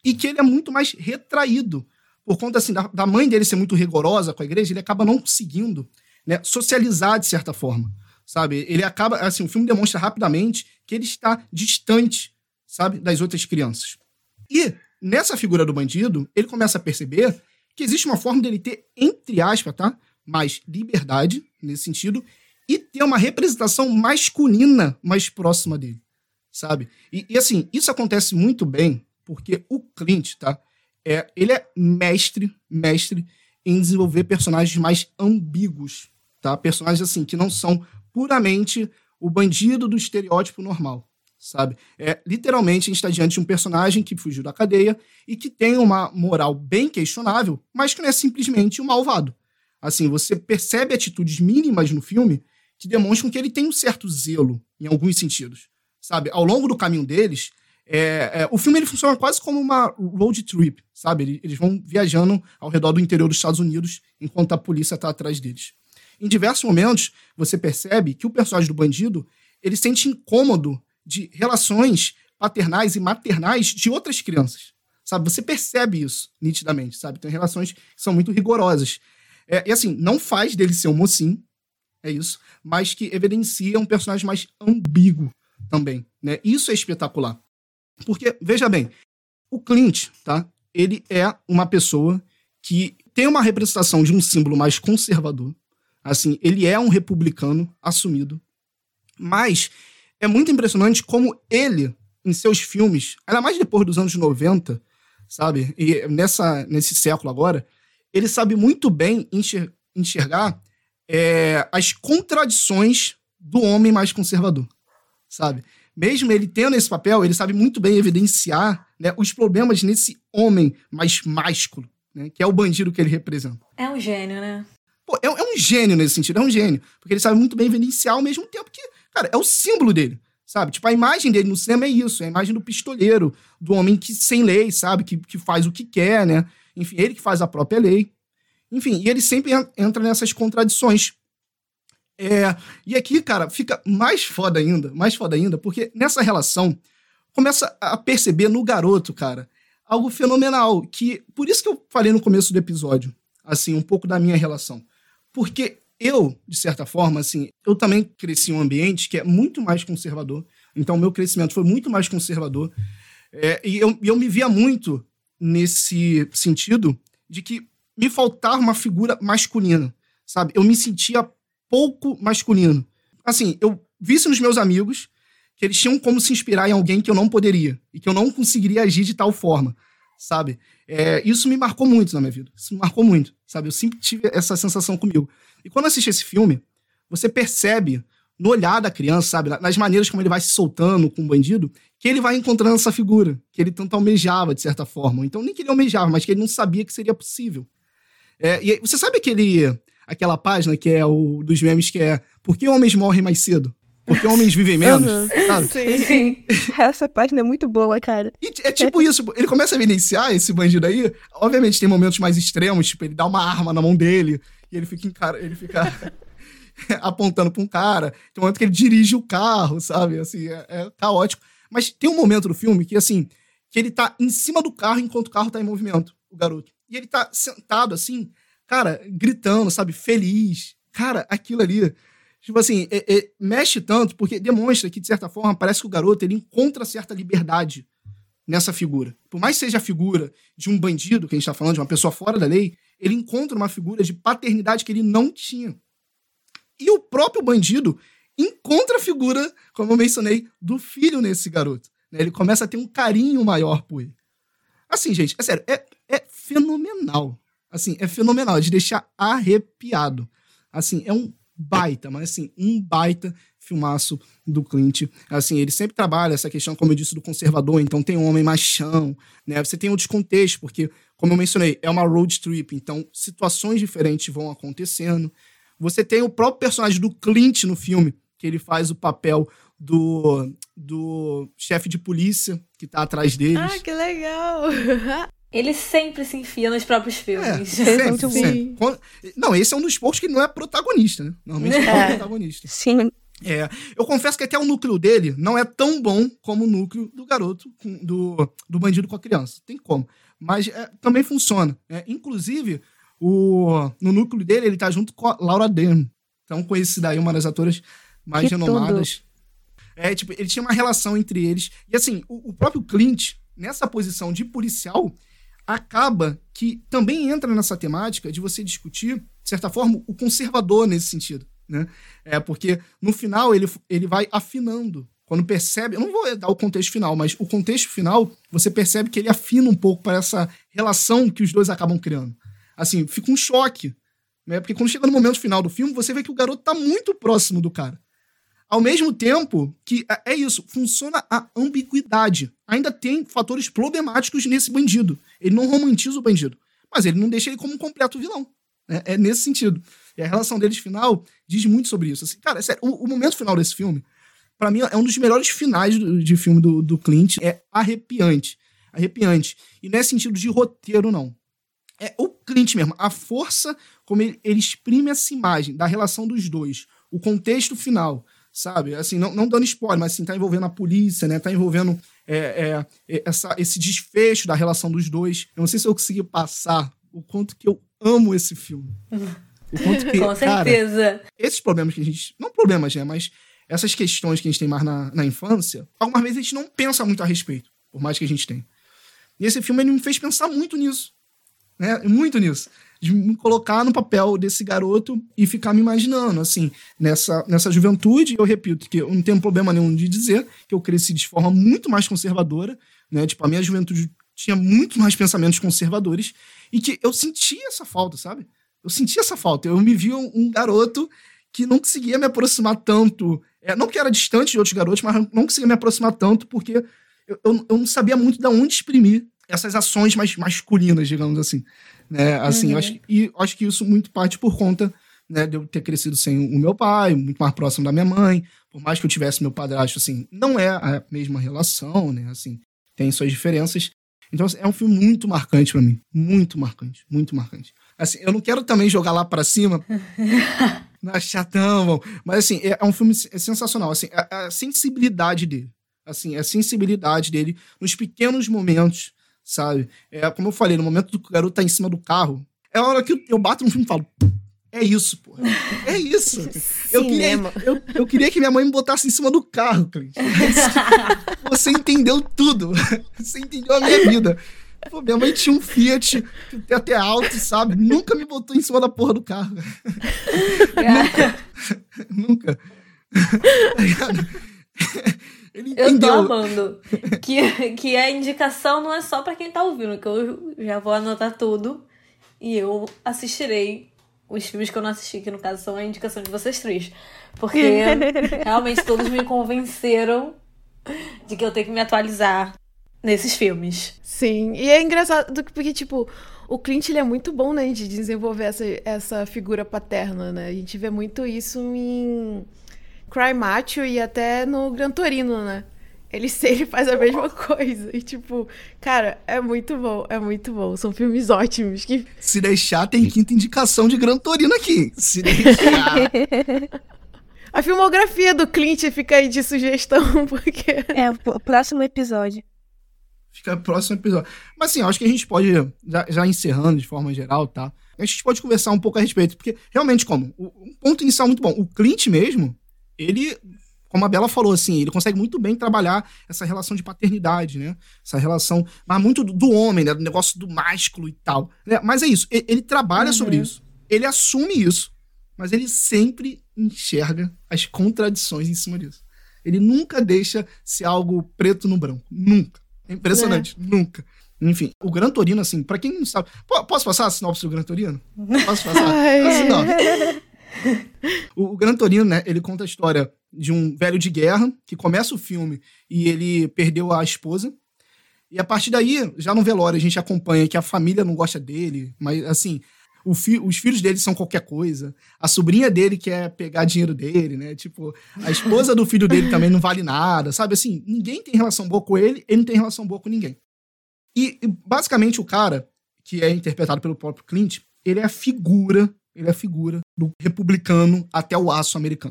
e que ele é muito mais retraído. Por conta, assim, da, da mãe dele ser muito rigorosa com a igreja, ele acaba não conseguindo, né, socializar de certa forma, sabe? Ele acaba, assim, o filme demonstra rapidamente que ele está distante, sabe, das outras crianças. E, nessa figura do bandido, ele começa a perceber que existe uma forma dele ter, entre aspas, tá, mais liberdade, nesse sentido, e ter uma representação masculina mais próxima dele, sabe? E, e assim, isso acontece muito bem porque o Clint, tá, é, ele é mestre, mestre em desenvolver personagens mais ambíguos, tá? Personagens, assim, que não são puramente o bandido do estereótipo normal, sabe? É, literalmente, a gente está diante de um personagem que fugiu da cadeia e que tem uma moral bem questionável, mas que não é simplesmente um malvado. Assim, você percebe atitudes mínimas no filme que demonstram que ele tem um certo zelo, em alguns sentidos, sabe? Ao longo do caminho deles, é, é, o filme ele funciona quase como uma road trip, sabe? Eles vão viajando ao redor do interior dos Estados Unidos enquanto a polícia está atrás deles. Em diversos momentos, você percebe que o personagem do bandido, ele sente incômodo de relações paternais e maternais de outras crianças, sabe? Você percebe isso nitidamente, sabe? Tem relações que são muito rigorosas. É, e assim, não faz dele ser um mocinho, é isso, mas que evidencia um personagem mais ambíguo também, né? Isso é espetacular. Porque, veja bem, o Clint, tá? Ele é uma pessoa que tem uma representação de um símbolo mais conservador. Assim, ele é um republicano assumido. Mas é muito impressionante como ele, em seus filmes, ainda mais depois dos anos noventa, sabe? E nessa, nesse século agora, ele sabe muito bem enxer- enxergar é, as contradições do homem mais conservador, sabe? Mesmo ele tendo esse papel, ele sabe muito bem evidenciar, né, os problemas nesse homem mais másculo, né, que é o bandido que ele representa. É um gênio, né? Pô, é, é um gênio nesse sentido, é um gênio. Porque ele sabe muito bem evidenciar ao mesmo tempo que, cara, é o símbolo dele, sabe? Tipo, a imagem dele no cinema é isso, é a imagem do pistoleiro, do homem que sem lei, sabe? Que, que faz o que quer, né? Enfim, ele que faz a própria lei. Enfim, e ele sempre entra nessas contradições. É, e aqui, cara, fica mais foda ainda, mais foda ainda, porque nessa relação começa a perceber no garoto, cara, algo fenomenal, que, por isso que eu falei no começo do episódio, assim, um pouco da minha relação. Porque eu, de certa forma, assim, eu também cresci em um ambiente que é muito mais conservador, então meu crescimento foi muito mais conservador, é, e eu, eu me via muito nesse sentido de que me faltava uma figura masculina, sabe? Eu me sentia pouco masculino. Assim, eu vi isso nos meus amigos, que eles tinham como se inspirar em alguém que eu não poderia, e que eu não conseguiria agir de tal forma, sabe? É, isso me marcou muito na minha vida. Isso me marcou muito, sabe? Eu sempre tive essa sensação comigo. E quando eu assisti esse filme, você percebe no olhar da criança, sabe? Nas maneiras como ele vai se soltando com o bandido, que ele vai encontrando essa figura, que ele tanto almejava, de certa forma. Então, nem que ele almejava, mas que ele não sabia que seria possível. É, e você sabe aquele, aquela página que é o dos memes que é Por que homens morrem mais cedo? Por que homens vivem menos? Uhum. Sabe? Sim. Essa página é muito boa, cara. E é tipo isso, ele começa a evidenciar esse bandido aí, obviamente tem momentos mais extremos, tipo, ele dá uma arma na mão dele, e ele fica, encara, ele fica apontando pra um cara, tem um momento que ele dirige o carro, sabe, assim, é, é caótico. Mas tem um momento do filme que, assim, que ele tá em cima do carro enquanto o carro tá em movimento, o garoto. E ele tá sentado, assim, cara, gritando, sabe, feliz. Cara, aquilo ali, tipo assim, é, é, mexe tanto porque demonstra que, de certa forma, parece que o garoto ele encontra certa liberdade nessa figura. Por mais que seja a figura de um bandido, que a gente tá falando, de uma pessoa fora da lei, ele encontra uma figura de paternidade que ele não tinha. E o próprio bandido encontra a figura, como eu mencionei, do filho nesse garoto. Né? Ele começa a ter um carinho maior por ele. Assim, gente, é sério, é, é fenomenal. Assim, é fenomenal, de deixar arrepiado. Assim, é um baita, mas assim, um baita filmaço do Clint. Assim, ele sempre trabalha essa questão, como eu disse, do conservador, então tem um homem machão, né? Você tem outros contextos, porque, como eu mencionei, é uma road trip, então situações diferentes vão acontecendo. Você tem o próprio personagem do Clint no filme, que ele faz o papel do, do chefe de polícia que tá atrás deles. Ah, que legal! Ele sempre se enfia nos próprios filmes. É, sempre, Muito sempre. Quando- Não, esse é um dos poucos que não é protagonista, né? Normalmente ele é É. protagonista. Sim, É, eu confesso que até o núcleo dele não é tão bom como o núcleo do garoto, com, do, do bandido com a criança. Tem como. Mas é, também funciona. É, inclusive, o, no núcleo dele, ele tá junto com a Laura Dern. Então, conhecida aí, uma das atoras mais Que renomadas. É, tipo, ele tinha uma relação entre eles. E assim, o, o próprio Clint, nessa posição de policial, acaba que também entra nessa temática de você discutir, de certa forma, o conservador nesse sentido. Né? É porque no final ele, ele vai afinando. Quando percebe, eu não vou dar o contexto final, mas o contexto final, você percebe que ele afina um pouco para essa relação que os dois acabam criando. Assim, fica um choque, né? Porque quando chega no momento final do filme, você vê que o garoto tá muito próximo do cara. Ao mesmo tempo que, é isso, funciona a ambiguidade. Ainda tem fatores problemáticos nesse bandido. Ele não romantiza o bandido, mas ele não deixa ele como um completo vilão. É, é nesse sentido. E a relação deles final diz muito sobre isso. Assim, cara, é sério, o, o momento final desse filme, pra mim, é um dos melhores finais do, de filme do, do Clint. É arrepiante. Arrepiante. E não é sentido de roteiro, não. É o Clint mesmo. A força como ele, ele exprime essa imagem da relação dos dois. O contexto final, sabe? Assim, não, não dando spoiler, mas assim, tá envolvendo a polícia, né? Tá envolvendo é, é, essa, esse desfecho da relação dos dois. Eu não sei se eu consegui passar o quanto que eu amo esse filme. O quanto que, com certeza. Cara, esses problemas que a gente... Não problemas, né? Mas essas questões que a gente tem mais na, na infância, algumas vezes a gente não pensa muito a respeito, por mais que a gente tenha. E esse filme ele me fez pensar muito nisso. Né? Muito nisso. De me colocar no papel desse garoto e ficar me imaginando, assim, nessa, nessa juventude. Eu repito que eu não tenho problema nenhum de dizer que eu cresci de forma muito mais conservadora, né? Tipo, a minha juventude tinha muito mais pensamentos conservadores e que eu sentia essa falta, sabe? Eu sentia essa falta. Eu me via um, um garoto que não conseguia me aproximar tanto. É, não que era distante de outros garotos, mas não conseguia me aproximar tanto porque eu, eu, eu não sabia muito de onde exprimir essas ações mais masculinas, digamos assim. Né? Assim, uhum. eu acho, e eu acho que isso muito parte por conta, né, de eu ter crescido sem o meu pai, muito mais próximo da minha mãe. Por mais que eu tivesse meu padrasto, assim, não é a mesma relação, né? Assim, tem suas diferenças. Então, assim, é um filme muito marcante pra mim. Muito marcante, muito marcante. Assim, eu não quero também jogar lá pra cima, na chatão, mas assim, é, é um filme sensacional. Assim, a, a sensibilidade dele, assim, a sensibilidade dele nos pequenos momentos, sabe? É, como eu falei, no momento do que o garoto tá em cima do carro, é a hora que eu, eu bato no filme e falo, é isso, pô. É isso. Eu queria, eu, eu queria que minha mãe me botasse em cima do carro, Clint. Você entendeu tudo. Você entendeu a minha vida. Pô, minha mãe tinha um Fiat até alto, sabe? Nunca me botou em cima da porra do carro. Nunca. Nunca. Ele entendeu. Eu tô amando. Que, que a indicação não é só pra quem tá ouvindo, que eu já vou anotar tudo e eu assistirei os filmes que eu não assisti, que no caso são a indicação de vocês três. Porque realmente todos me convenceram de que eu tenho que me atualizar nesses filmes. Sim, e é engraçado porque, tipo, o Clint, ele é muito bom, né, de desenvolver essa, essa figura paterna, né? A gente vê muito isso em Cry Macho e até no Gran Torino, né? Ele sempre faz a mesma coisa. E, tipo, cara, é muito bom, é muito bom. São filmes ótimos. Que... Se deixar, tem quinta indicação de Gran Torino aqui. Se deixar... A filmografia do Clint fica aí de sugestão, porque... É, o próximo episódio. Fica o próximo episódio. Mas, assim, eu acho que a gente pode, já, já encerrando de forma geral, tá? A gente pode conversar um pouco a respeito. Porque, realmente, como? Um ponto inicial muito bom. O Clint mesmo, ele... Como a Bela falou, assim, ele consegue muito bem trabalhar essa relação de paternidade, né? Essa relação, mas muito do, do homem, né? Do negócio do másculo e tal. Né? Mas é isso, ele, ele trabalha uhum. sobre isso. Ele assume isso. Mas ele sempre enxerga as contradições em cima disso. Ele nunca deixa ser algo preto no branco. Nunca. É impressionante. É. Nunca. Enfim, o Gran Torino, assim, pra quem não sabe... Posso passar a sinopse do Gran Torino? Posso passar? A sinopse. O, o Gran Torino, né, ele conta a história de um velho de guerra que começa o filme e ele perdeu a esposa. E a partir daí, já no velório, a gente acompanha que a família não gosta dele, mas assim, o fi- os filhos dele são qualquer coisa. A sobrinha dele quer pegar dinheiro dele, né? Tipo, a esposa do filho dele também não vale nada, sabe? Assim, ninguém tem relação boa com ele, ele não tem relação boa com ninguém. E, basicamente, o cara, que é interpretado pelo próprio Clint, ele é a figura, ele é a figura do republicano até o aço americano.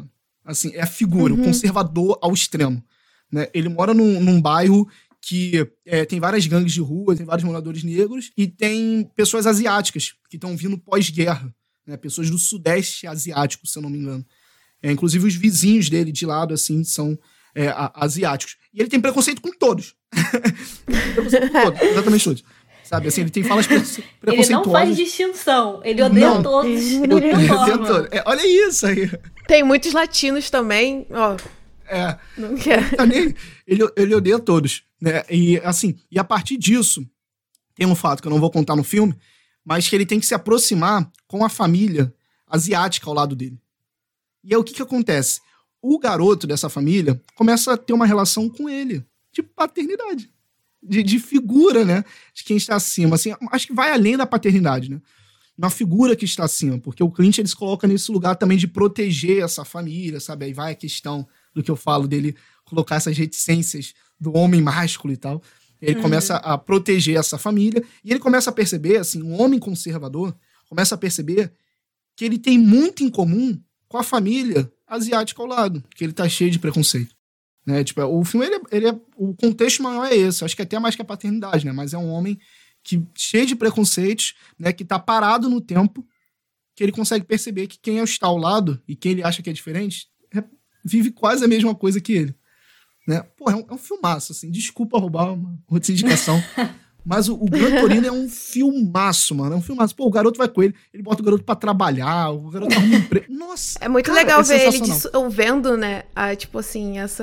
Assim, é a figura, Uhum. o conservador ao extremo. Né? Ele mora num, num bairro que é, tem várias gangues de rua, tem vários moradores negros e tem pessoas asiáticas que estão vindo pós-guerra. Né? Pessoas do sudeste asiático, se eu não me engano. É, inclusive os vizinhos dele de lado, assim, são é, a, asiáticos. E ele tem preconceito com todos. preconceito com todos, exatamente todos. Sabe, assim, ele tem falas pre- preconceituosas. Ele não faz distinção. Ele odeia Não. todos. Ele de Ele alguma odeia forma. todos. É, olha isso aí. Tem muitos latinos também, ó, É, não quer. tá nem- ele, ele odeia todos. Né? E, assim, e a partir disso, tem um fato que eu não vou contar no filme, mas que ele tem que se aproximar com a família asiática ao lado dele. E aí o que que acontece? O garoto dessa família começa a ter uma relação com ele, de paternidade, de, de figura, né? De quem está acima. Assim, acho que vai além da paternidade, né? Uma figura que está acima, porque o Clint ele se coloca nesse lugar também de proteger essa família, sabe? Aí vai a questão do que eu falo dele colocar essas reticências do homem másculo e tal. Ele Uhum. começa a proteger essa família e ele começa a perceber, assim, um homem conservador começa a perceber que ele tem muito em comum com a família asiática ao lado, que ele tá cheio de preconceito. Né? Tipo, o filme, ele é, ele é- o contexto maior é esse, acho que até mais que a paternidade, né? Mas é um homem que cheio de preconceitos, né? Que tá parado no tempo, que ele consegue perceber que quem está ao lado e quem ele acha que é diferente é- vive quase a mesma coisa que ele. Né? Pô, é um, é um filmaço, assim. Desculpa roubar uma outra indicação. Mas o, o Gran Torino é um filmaço, mano. É um filmaço. Pô, o garoto vai com ele, ele bota o garoto pra trabalhar, o garoto arruma um emprego. Nossa! É muito cara, legal é ver ele sensacional. disso- vendo, né, a, tipo assim, essa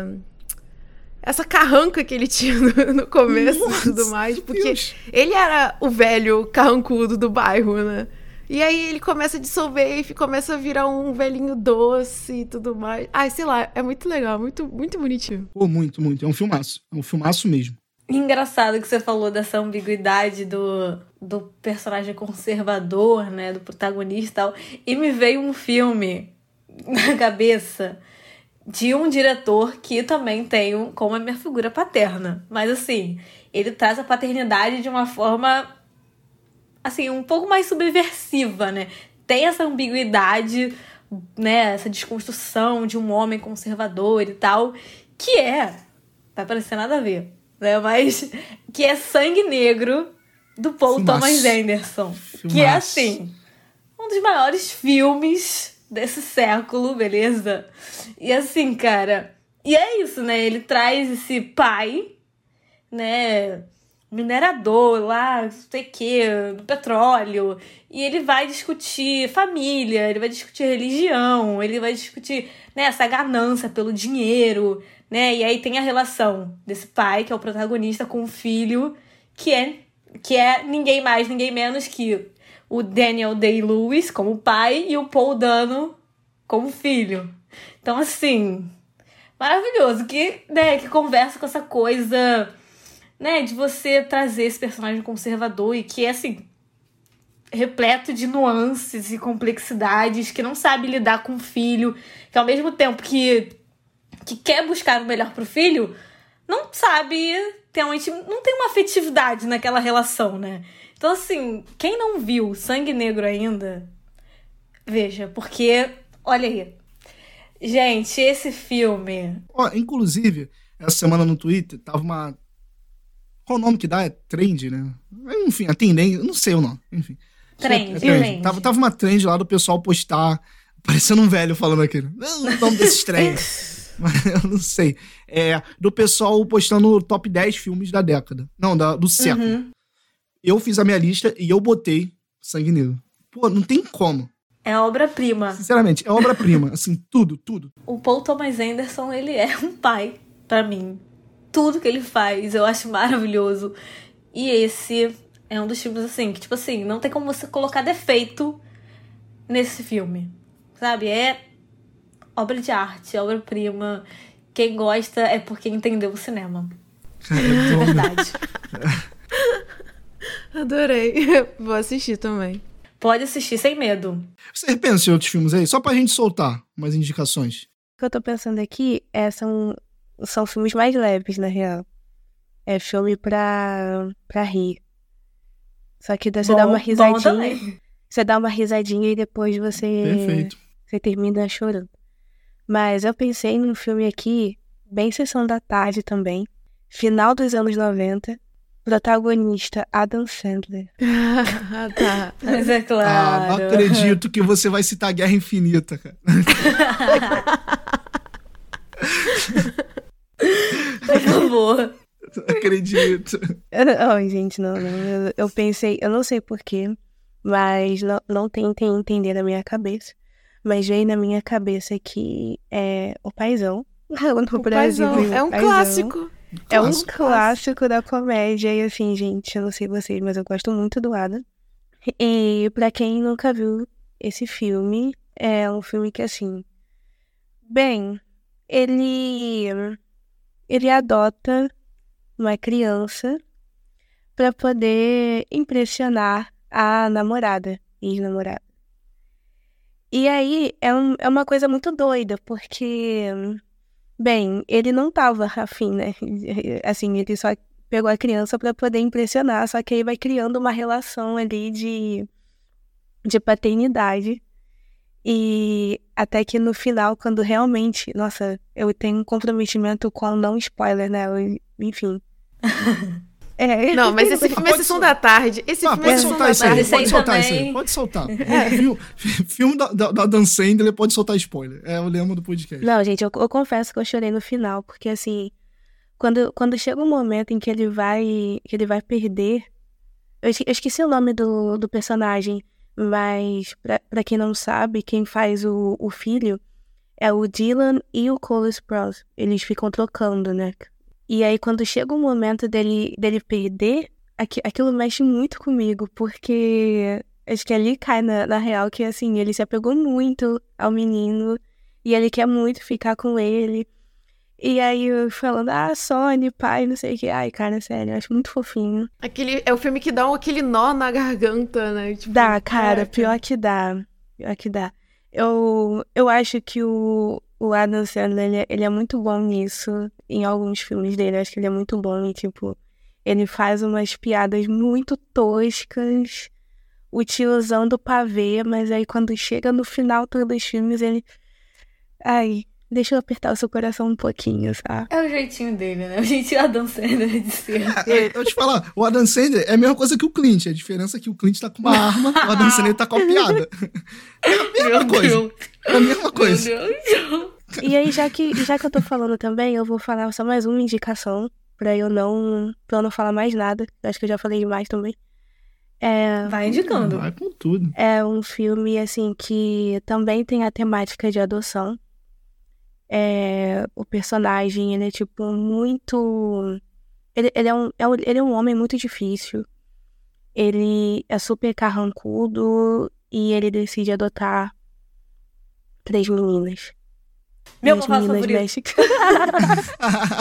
essa carranca que ele tinha no, no começo Nossa, e tudo mais, porque Deus. ele era o velho carrancudo do bairro, né? E aí ele começa a dissolver e começa a virar um velhinho doce e tudo mais. Ai, sei lá, é muito legal, muito, muito bonitinho. Pô, muito, muito. É um filmaço. É um filmaço mesmo. Engraçado que você falou dessa ambiguidade do, do personagem conservador, né? Do protagonista e tal. E me veio um filme na cabeça de um diretor que também tenho como a minha figura paterna. Mas assim, ele traz a paternidade de uma forma, assim, um pouco mais subversiva, né? Tem essa ambiguidade, né? Essa desconstrução de um homem conservador e tal, que é, vai parecer nada a ver, né? Mas que é Sangue Negro, do Paul Filmaço. Thomas Anderson. Filmaço. Que é, assim, um dos maiores filmes desse século, beleza? E assim, cara, e é isso, né? Ele traz esse pai, né, minerador lá, não sei o que, do petróleo, e ele vai discutir família, ele vai discutir religião, ele vai discutir, né, essa ganância pelo dinheiro, né? E aí tem a relação desse pai, que é o protagonista, com o filho, que é, que é ninguém mais, ninguém menos que o Daniel Day-Lewis como pai e o Paul Dano como filho. Então, assim, maravilhoso. Que, né, que conversa com essa coisa, né, de você trazer esse personagem conservador e que é, assim, repleto de nuances e complexidades, que não sabe lidar com o filho, que ao mesmo tempo que, que quer buscar o melhor pro filho, não sabe ter uma intim... não tem uma afetividade naquela relação, né? Então, assim, quem não viu Sangue Negro ainda, veja, porque, olha aí. Gente, esse filme... Ó, inclusive, essa semana no Twitter tava uma... Qual o nome que dá? É trend, né? Enfim, a tendência... Não sei o nome. Enfim. Trend, É trend. trend. Tava, tava uma trend lá do pessoal postar... Parecendo um velho falando aquilo. Não, o nome desses trends. Mas eu não sei. É, do pessoal postando o top dez filmes da década. Não, da, do século. Uhum. Eu fiz a minha lista e eu botei Sangue Negro. Pô, não tem como. É obra-prima. Sinceramente, é obra-prima. Assim, tudo, tudo. O Paul Thomas Anderson, ele é um pai pra mim. Tudo que ele faz eu acho maravilhoso. E esse é um dos filmes, assim, que, tipo assim, não tem como você colocar defeito nesse filme. Sabe? É obra de arte, obra-prima. Quem gosta é porque entendeu o cinema. Cara, eu De tô- verdade. Adorei. Vou assistir também. Pode assistir sem medo. Você pensa em outros filmes aí? Só pra gente soltar umas indicações. O que eu tô pensando aqui é, são, são filmes mais leves, na real. É filme pra, pra rir. Só que você dá Bom- uma bom risadinha. também. Você dá uma risadinha e depois você, Perfeito. você termina chorando. Mas eu pensei num filme aqui, bem Sessão da Tarde também, final dos anos noventa, protagonista Adam Sandler. Ah, tá. Mas é Ah, claro. não acredito que você vai citar Guerra Infinita, cara. Por favor. Não acredito. Eu não- Ai, gente, não, não. Eu, eu pensei, eu não sei porquê, mas não, não tentem entender na minha cabeça. Mas veio na minha cabeça que é o Paizão. No O Brasil, Paizão. veio o É um Paizão. clássico. É um Clássico. clássico da comédia. E assim, gente, eu não sei vocês, mas eu gosto muito do Adam. E pra quem nunca viu esse filme, é um filme que assim, bem, ele ele adota uma criança pra poder impressionar a namorada, ex-namorada. E aí é, um- é uma coisa muito doida, porque, bem, ele não tava afim, né? Assim, ele só pegou a criança pra poder impressionar, só que aí vai criando uma relação ali de, de paternidade. E até que no final, quando realmente, nossa, eu tenho um comprometimento com não spoiler, né? Eu- enfim. É. Não, mas esse filme é Pode Sessão sol- da Tarde. Esse Ah, filme é pode Sessão soltar da isso aí, Tarde. Esse aí pode soltar isso também. aí, pode soltar. Filme, filme da, da, da Dan Sandler pode soltar spoiler. É o lema do podcast. Não, gente, eu, eu confesso que eu chorei no final, porque assim, quando, quando chega um momento em que ele vai, que ele vai perder, eu, esque- eu esqueci o nome do, do personagem, mas pra, pra quem não sabe, quem faz o, o filho é o Dylan e o Cole Sprouse. Eles ficam trocando, né? E aí quando chega o momento dele, dele perder, aqui, aquilo mexe muito comigo, porque acho que ali cai na, na real que assim, ele se apegou muito ao menino, e ele quer muito ficar com ele. E aí eu falando, ah, Sony, pai, não sei o que. Ai, cara, sério, eu acho muito fofinho. Aquele, é o filme que dá um- aquele nó na garganta, né? Tipo, Dá, cara, caraca. pior que dá. Pior que dá. Eu, eu acho que o, o Adam Sandler, ele, é- ele é muito bom nisso, em alguns filmes dele. Eu acho que ele é muito bom e, tipo, ele faz umas piadas muito toscas, o tiozão do pavê, mas aí quando chega no final dos filmes, ele... Ai, deixa eu apertar o seu coração um pouquinho, sabe? É o jeitinho dele, né? O jeitinho Adam Sandler de ser. É, eu te falar, o Adam Sandler é a mesma coisa que o Clint. A diferença é que o Clint tá com uma arma, o Adam Sandler tá com a piada. É a mesma coisa. Deus. É a mesma coisa. Meu Deus. E aí, já que, já que eu tô falando também, eu vou falar só mais uma indicação, pra eu não, pra eu não falar mais nada. Eu acho que eu já falei demais também. É, Vai indicando. Vai com tudo. é um filme, assim, que também tem a temática de adoção. É, o personagem, ele é, tipo, muito... Ele, ele, é um, é um- ele é um homem muito difícil. Ele é super carrancudo e ele decide adotar três meninas. Meu Três malvado meninas favorito. mexicanas.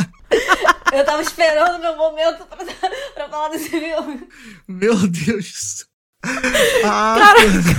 Eu tava esperando meu momento pra, pra falar desse filme. Meu Deus. Ah,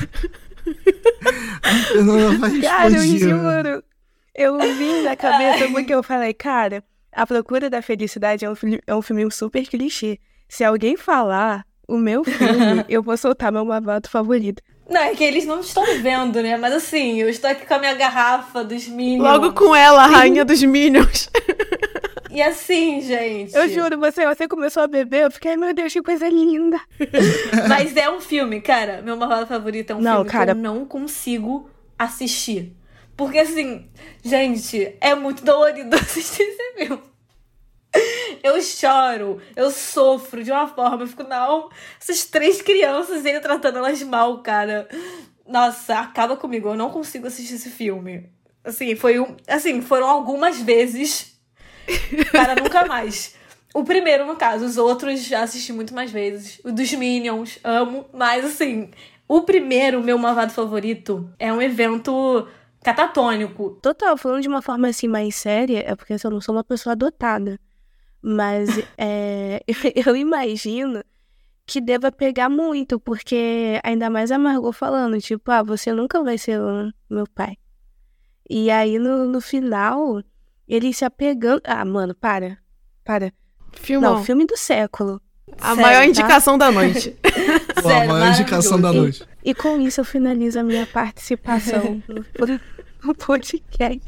a Fernanda vai Cara, eu explodir. juro. Eu vim na cabeça porque eu falei, cara, A Procura da Felicidade é um, filme, é um filme super clichê. Se alguém falar o meu filme, eu vou soltar meu malvado favorito. Não, é que eles não estão vendo, né? Mas assim, eu estou aqui com a minha garrafa dos Minions. Logo com ela, a rainha dos Minions. E assim, gente. Eu juro, você, você começou a beber, eu fiquei, ai meu Deus, que coisa linda. Mas é um filme, cara. Meu malvado favorito é um Não, filme cara. que eu não consigo assistir. Porque assim, gente, é muito dolorido assistir esse filme. Eu choro, eu sofro de uma forma, eu fico, não, essas três crianças, ele tratando elas mal, cara. Nossa, acaba comigo, eu não consigo assistir esse filme. Assim, foi um, assim, foram algumas vezes para nunca mais. O primeiro, no caso, os outros já assisti muito mais vezes. O dos Minions, amo, mas assim, o primeiro, meu malvado favorito, é um evento catatônico. Total, falando de uma forma assim mais séria, é porque assim, eu não sou uma pessoa adotada. Mas é, eu imagino que deva pegar muito, porque ainda mais a Margot falando, tipo, ah, você nunca vai ser o meu pai. E aí no, no final, ele se apegando. Ah, mano, para. Para. Filmão. Não, filme do século. A Sério, maior tá? indicação da noite. Pô, a Sério, maior indicação da maravilhoso. noite. E com isso eu finalizo a minha participação no, no podcast.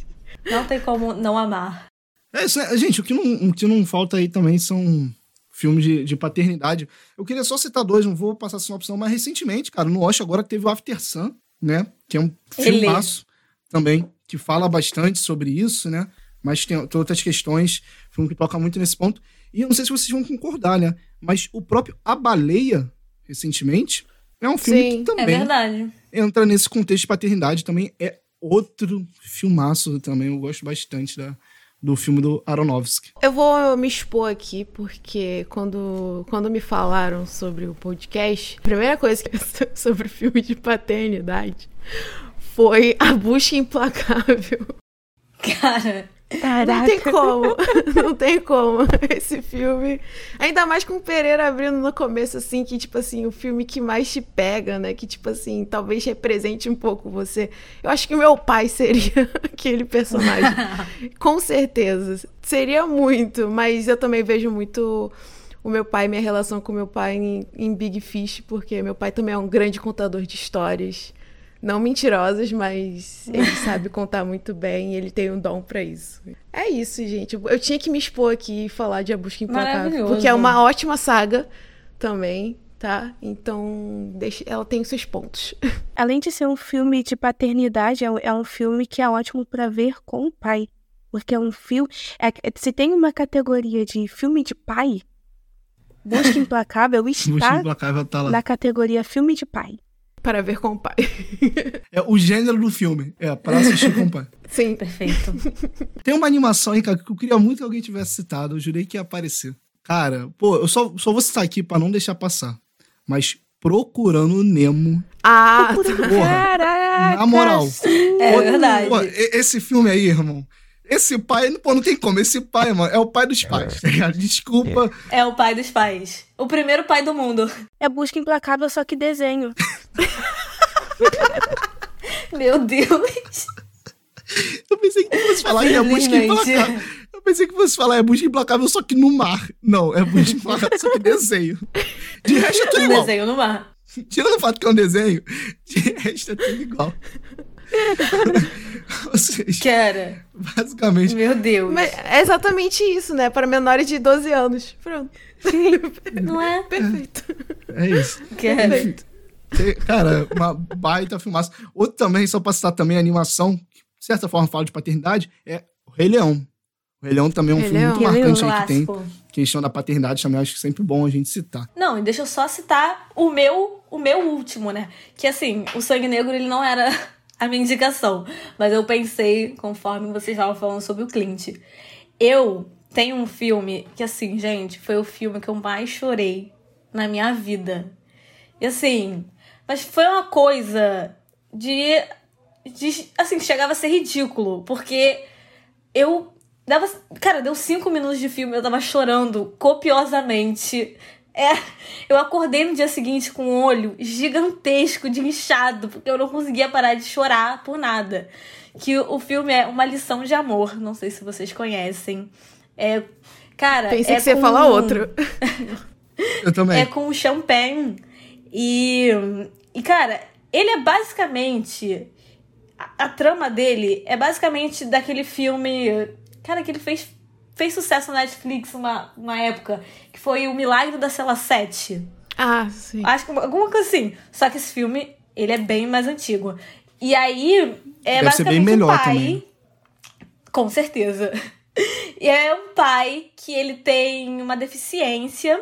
Não tem como não amar. É isso, né? Gente, o que, não, o que não falta aí também são filmes de, de paternidade. Eu queria só citar dois, não vou passar essa opção, mas recentemente, cara, no Oscar agora teve o After Sun, né? Que é um filmaço também, que fala bastante sobre isso, né? Mas tem, tem outras questões, filme que toca muito nesse ponto. E eu não sei se vocês vão concordar, né? Mas o próprio A Baleia, recentemente, é um filme Sim, que também é verdade. entra nesse contexto de paternidade, também é outro filmaço também. Eu gosto bastante da, do filme do Aronofsky. Eu vou me expor aqui, porque quando, quando me falaram sobre o podcast, a primeira coisa que eu sobre o filme de paternidade foi A Busca Implacável. Cara... Caraca. Não tem como, não tem como esse filme, ainda mais com o Pereira abrindo no começo, assim, que, tipo assim, o filme que mais te pega, né, que, tipo assim, talvez represente um pouco você. Eu acho que meu pai seria aquele personagem, com certeza, seria muito, mas eu também vejo muito o meu pai, minha relação com meu pai em, em Big Fish, porque meu pai também é um grande contador de histórias. Não mentirosas, mas ele sabe contar muito bem e ele tem um dom pra isso. É isso, gente. Eu tinha que me expor aqui e falar de A Busca Implacável, porque é uma ótima saga também, tá? Então, deixa... ela tem os seus pontos. Além de ser um filme de paternidade, é um, é um filme que é ótimo pra ver com o pai. Porque é um filme... É, se tem uma categoria de filme de pai, Busca Implacável está Busca Implacável tá lá. na categoria filme de pai. Para ver com o pai. É o gênero do filme. É, para assistir com o pai. Sim. Perfeito. Tem uma animação aí, cara, que eu queria muito que alguém tivesse citado. Eu jurei que ia aparecer. Cara, pô, eu só, só vou citar aqui pra não deixar passar. Mas Procurando Nemo. Ah, Porra, Caraca! na moral. É Pô, verdade. pô, esse filme aí, irmão. Esse pai, pô, não tem como. Esse pai, mano, é o pai dos pais. Tá ligado? Desculpa. É o pai dos pais. O primeiro pai do mundo. É Busca Implacável, só que desenho. Meu Deus. Eu pensei que fosse falar que é Busca Simplesmente. Implacável. Eu pensei que fosse falar é Busca Implacável, só que no mar. Não, é Busca Implacável, só que desenho. De resto é tudo Um igual. desenho no mar. Tirando o fato que é um desenho, de resto é tudo igual. Ou seja, Cara, basicamente... meu Deus. mas é exatamente isso, né? Para menores de doze anos. Pronto. Não é? Perfeito. É isso. Cara. Perfeito. Tem- Cara, uma baita filmaça. Outro também, só pra citar também, a animação, que de certa forma fala de paternidade, é o Rei Leão. O Rei Leão também é um Rei filme Leão. muito Rei marcante Um aí que tem. clássico. Questão da paternidade também, acho que é sempre bom a gente citar. Não, e deixa eu só citar o meu, o meu último, né? Que assim, o Sangue Negro, ele não era a minha indicação. Mas eu pensei, conforme vocês estavam falando sobre o Clint. Eu tenho um filme que, assim, gente, foi o filme que eu mais chorei na minha vida. E assim, mas foi uma coisa de, de assim, chegava a ser ridículo. Porque eu... Dava, cara, deu cinco minutos de filme, eu tava chorando copiosamente. É, eu acordei no dia seguinte com um olho gigantesco de inchado, porque eu não conseguia parar de chorar por nada. Que o filme é Uma Lição de Amor, não sei se vocês conhecem. É, cara, Pensei é que você ia com- falar outro. Eu também. É com o Champagne. E, e, cara, ele é basicamente... A, a trama dele é basicamente daquele filme... Cara, que ele fez, fez sucesso na Netflix uma, uma época, que foi O Milagre da Cela sete. Ah, sim. Acho que alguma coisa assim. Só que esse filme, ele é bem mais antigo. E aí, é Deve ser bem basicamente melhor um pai... também. Com certeza. E é um pai que ele tem uma deficiência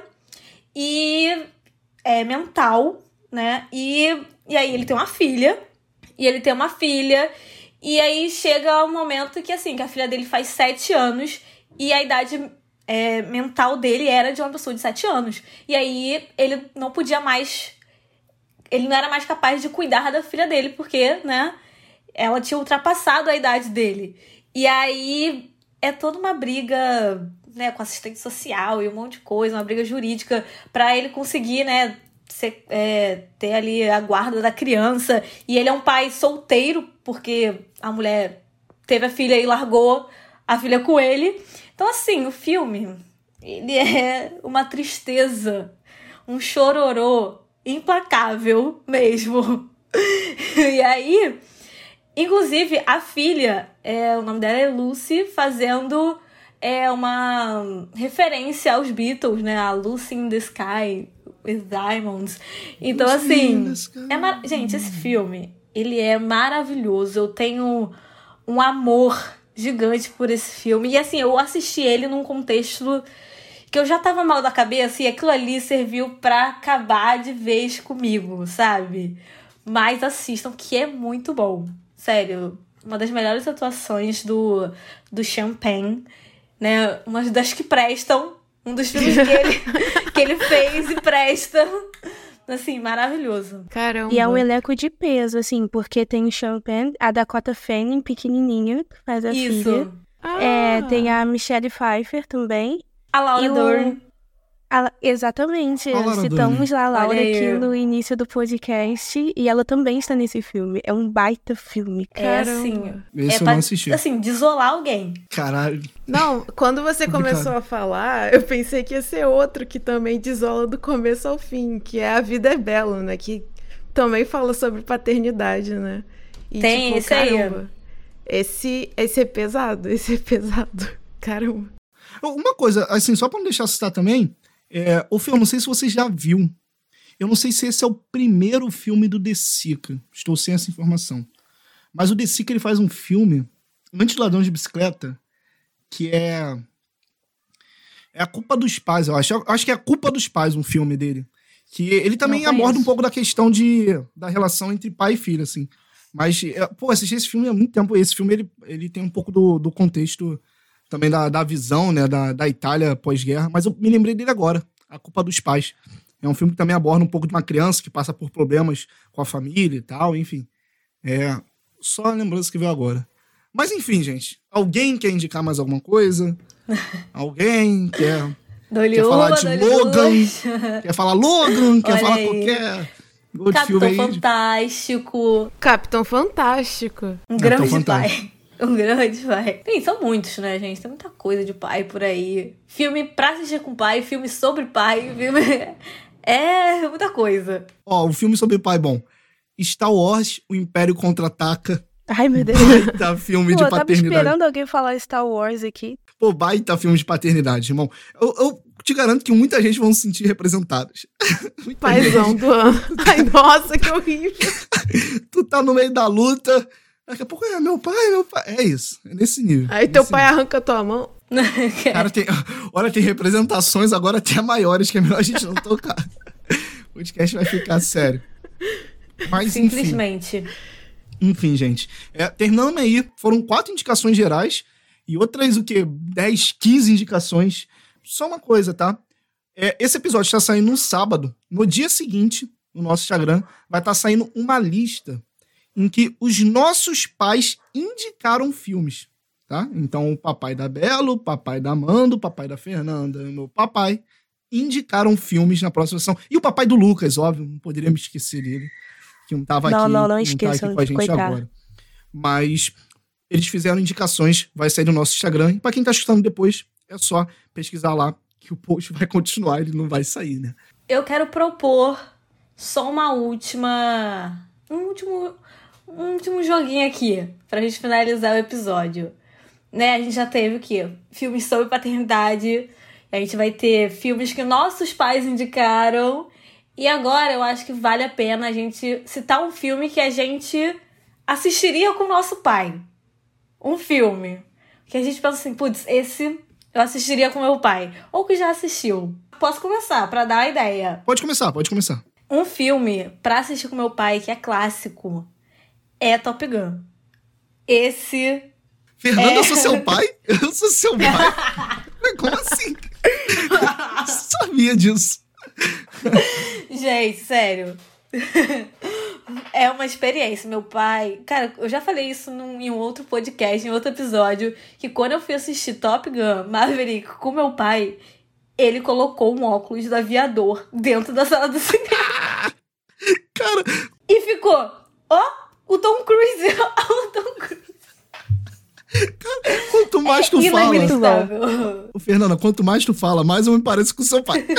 e é mental, né? E, e aí ele tem uma filha. E ele tem uma filha... E aí chega um momento que, assim, que a filha dele faz sete anos e a idade é, mental dele era de uma pessoa de sete anos. E aí ele não podia mais... Ele não era mais capaz de cuidar da filha dele, porque, né, ela tinha ultrapassado a idade dele. E aí é toda uma briga, né, com assistente social e um monte de coisa, uma briga jurídica pra ele conseguir, né... Ser, é, ter ali a guarda da criança. E ele é um pai solteiro, porque a mulher teve a filha e largou a filha com ele. Então, assim, o filme, ele é uma tristeza, um chororô implacável mesmo. E aí, Inclusive, a filha, é, o nome dela é Lucy, fazendo é, uma referência aos Beatles, né? A Lucy in the Sky with Diamonds. Então, Lucy assim, é mar... gente, esse filme, ele é maravilhoso. Eu tenho um amor gigante por esse filme. E assim, eu assisti ele num contexto que eu já tava mal da cabeça e aquilo ali serviu pra acabar de vez comigo, sabe? Mas assistam, que é muito bom. Sério, uma das melhores atuações do, do Sean Penn, né? Uma das que prestam, um dos filmes que ele, que ele fez e presta. Assim, maravilhoso. Caramba. E é um elenco de peso, assim, porque tem o Sean Penn, a Dakota Fanning, pequenininha, que faz a Isso. filha. Ah. É, tem a Michelle Pfeiffer também. A Laura E o- Dern. A- exatamente, A Laura citamos a Laura Olha aí. aqui no início do podcast e ela também está nesse filme. É um baita filme. É Caramba. assim, Esse é eu pra, não assisti. assim, desolar alguém. Caralho. Não, quando você Complicado. começou a falar, eu pensei que ia ser outro que também desola do começo ao fim, que é A Vida é Bela, né? Que também fala sobre paternidade, né? E, Tem esse aí. caramba, Esse, esse é pesado, esse é pesado. Caramba. Uma coisa, assim, só pra não deixar citar também, é, o filme, não sei se você já viu. Eu não sei se esse é o primeiro filme do De Sica. Estou sem essa informação. Mas o De Sica, ele faz um filme, Antes do Ladrão de Bicicleta, que é... É a culpa dos pais, eu acho. Eu acho que é a culpa dos pais, um filme dele. Que ele também Não aborda conheço. um pouco da questão de, da relação entre pai e filho, assim. Mas, é, pô, assisti esse filme há muito tempo. Esse filme, ele, ele tem um pouco do, do contexto também da, da visão, né, da, da Itália pós-guerra. Mas eu me lembrei dele agora, A Culpa dos Pais. É um filme que também aborda um pouco de uma criança que passa por problemas com a família e tal, enfim. É só a lembrança que veio agora. Mas enfim, gente. Alguém quer indicar mais alguma coisa? Alguém quer... Dou-lhe Quer uma, falar de dou-lhe Logan? duas. Quer falar Logan? Quer Olha falar aí. qualquer outro Capitão filme aí? Fantástico. Capitão Fantástico. Um Capitão grande Fantástico. pai. Um grande pai. Tem, são muitos, né, gente? Tem muita coisa de pai por aí. Filme pra assistir com pai, filme sobre pai, filme... É muita coisa. Ó, o filme sobre pai, bom. Star Wars, O Império Contra-Ataca. Ai, meu Deus. Baita filme Pô, de eu tava paternidade. esperando alguém falar Star Wars aqui. Pô, baita filme de paternidade, irmão. Eu, eu te garanto que muita gente vão se sentir representados. Muita Paizão do ano. Ai, nossa, que horrível. Tu tá no meio da luta, daqui a pouco é meu pai, meu pai. É isso, é nesse nível. Aí teu Nesse pai arranca tua mão. Cara, tem, olha, tem representações agora até maiores que é melhor a gente não tocar. O podcast vai ficar sério. Mas enfim, Simplesmente. enfim, gente. É, terminando aí, foram quatro indicações gerais e outras, o quê? dez, quinze indicações. Só uma coisa, tá? É, esse episódio está saindo no sábado. No dia seguinte, no nosso Instagram, vai estar saindo uma lista em que os nossos pais indicaram filmes. Tá? Então, o papai da Belo, o papai da Amanda, o papai da Fernanda e o meu papai indicaram filmes na próxima sessão. E o papai do Lucas, óbvio, não poderia me esquecer dele, que não estava Não, aqui, não, não tá esqueçam, aqui com a gente coitado. agora. Mas eles fizeram indicações, vai sair no nosso Instagram. E para quem tá escutando depois, é só pesquisar lá que o post vai continuar, ele não vai sair, né? Eu quero propor só uma última... Um último, um último joguinho aqui, pra gente finalizar o episódio. Né, a gente já teve o quê? Filmes sobre paternidade. A gente vai ter filmes que nossos pais indicaram. E agora eu acho que vale a pena a gente citar um filme que a gente assistiria com o nosso pai. Um filme que a gente pensa assim, putz, esse eu assistiria com meu pai. Ou que já assistiu. Posso começar, pra dar a ideia. Pode começar, pode começar. Um filme pra assistir com meu pai, que é clássico, é Top Esse... Fernanda, É. eu sou seu pai? Eu sou seu pai? Como assim? Eu sabia disso. Gente, sério. É uma experiência. Meu pai... Cara, eu já falei isso num, em um outro podcast, em outro episódio, que quando eu fui assistir Top Gun Maverick com meu pai, ele colocou um óculos do aviador dentro da sala do cinema. Cara, E ficou... Ó, o Tom Cruise. O Tom Cruise. quanto mais tu fala... Inacreditável. Ô, Fernanda, quanto mais tu fala, mais eu me pareço com seu pai.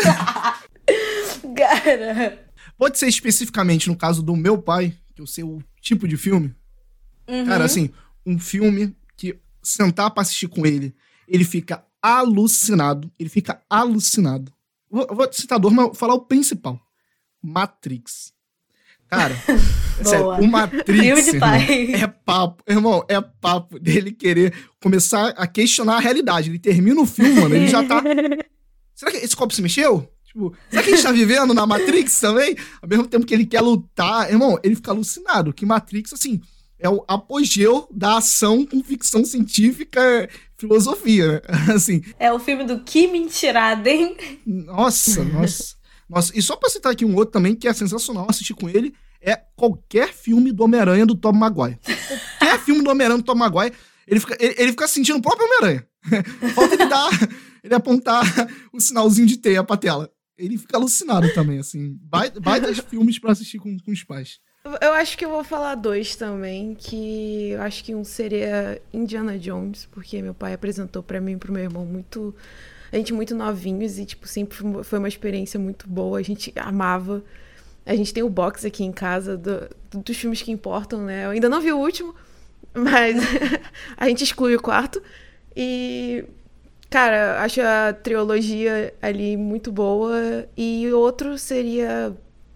Cara... Pode ser especificamente no caso do meu pai, que eu sei o tipo de filme? Uhum. Cara, assim, um filme que sentar pra assistir com ele, ele fica alucinado. Ele fica alucinado. Vou, vou citar dois, mas vou falar o principal. Matrix. Cara, sério, o Matrix, Filme de pai. Irmão, é papo, irmão, é papo dele querer começar a questionar a realidade. Ele termina o filme, mano, ele já tá... Será que esse copo se mexeu? Tipo, será que a gente tá vivendo na Matrix também? Ao mesmo tempo que ele quer lutar, irmão, ele fica alucinado. Que Matrix, assim, é o apogeu da ação com ficção científica, filosofia, né? Assim. É o filme do Que Mentirada, hein? Nossa, nossa. Nossa, e só pra citar aqui um outro também, que é sensacional assistir com ele, é qualquer filme do Homem-Aranha do Tobey Maguire. Qualquer filme do Homem-Aranha do Tobey Maguire, ele fica, ele, ele fica sentindo o próprio Homem-Aranha. Falta ele dar, ele apontar o sinalzinho de teia pra tela. Ele fica alucinado também, assim. Baita filmes pra assistir com, com os pais. Eu acho que eu vou falar dois também, que eu acho que um seria Indiana Jones, porque meu pai apresentou pra mim e pro meu irmão muito... A gente muito novinhos e, tipo, sempre foi uma experiência muito boa. A gente amava. A gente tem o box aqui em casa do, do, dos filmes que importam, né? Eu ainda não vi o último, mas a gente exclui o quarto. E, cara, acho a trilogia ali muito boa. E outro seria